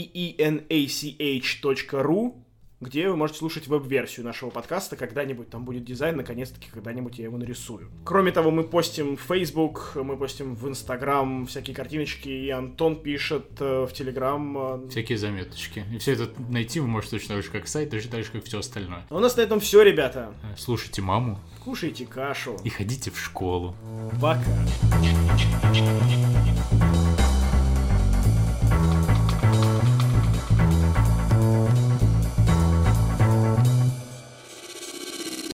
keenach.ru, где вы можете слушать веб-версию нашего подкаста. Когда-нибудь там будет дизайн, наконец-таки, когда-нибудь я его нарисую. Кроме того, мы постим в Facebook, мы постим в Instagram всякие картиночки, и Антон пишет в Telegram... всякие заметочки. И все это найти вы можете точно так же, как сайт, точно так же, как все остальное. У нас на этом все, ребята. Слушайте маму. Кушайте кашу. И ходите в школу. Пока.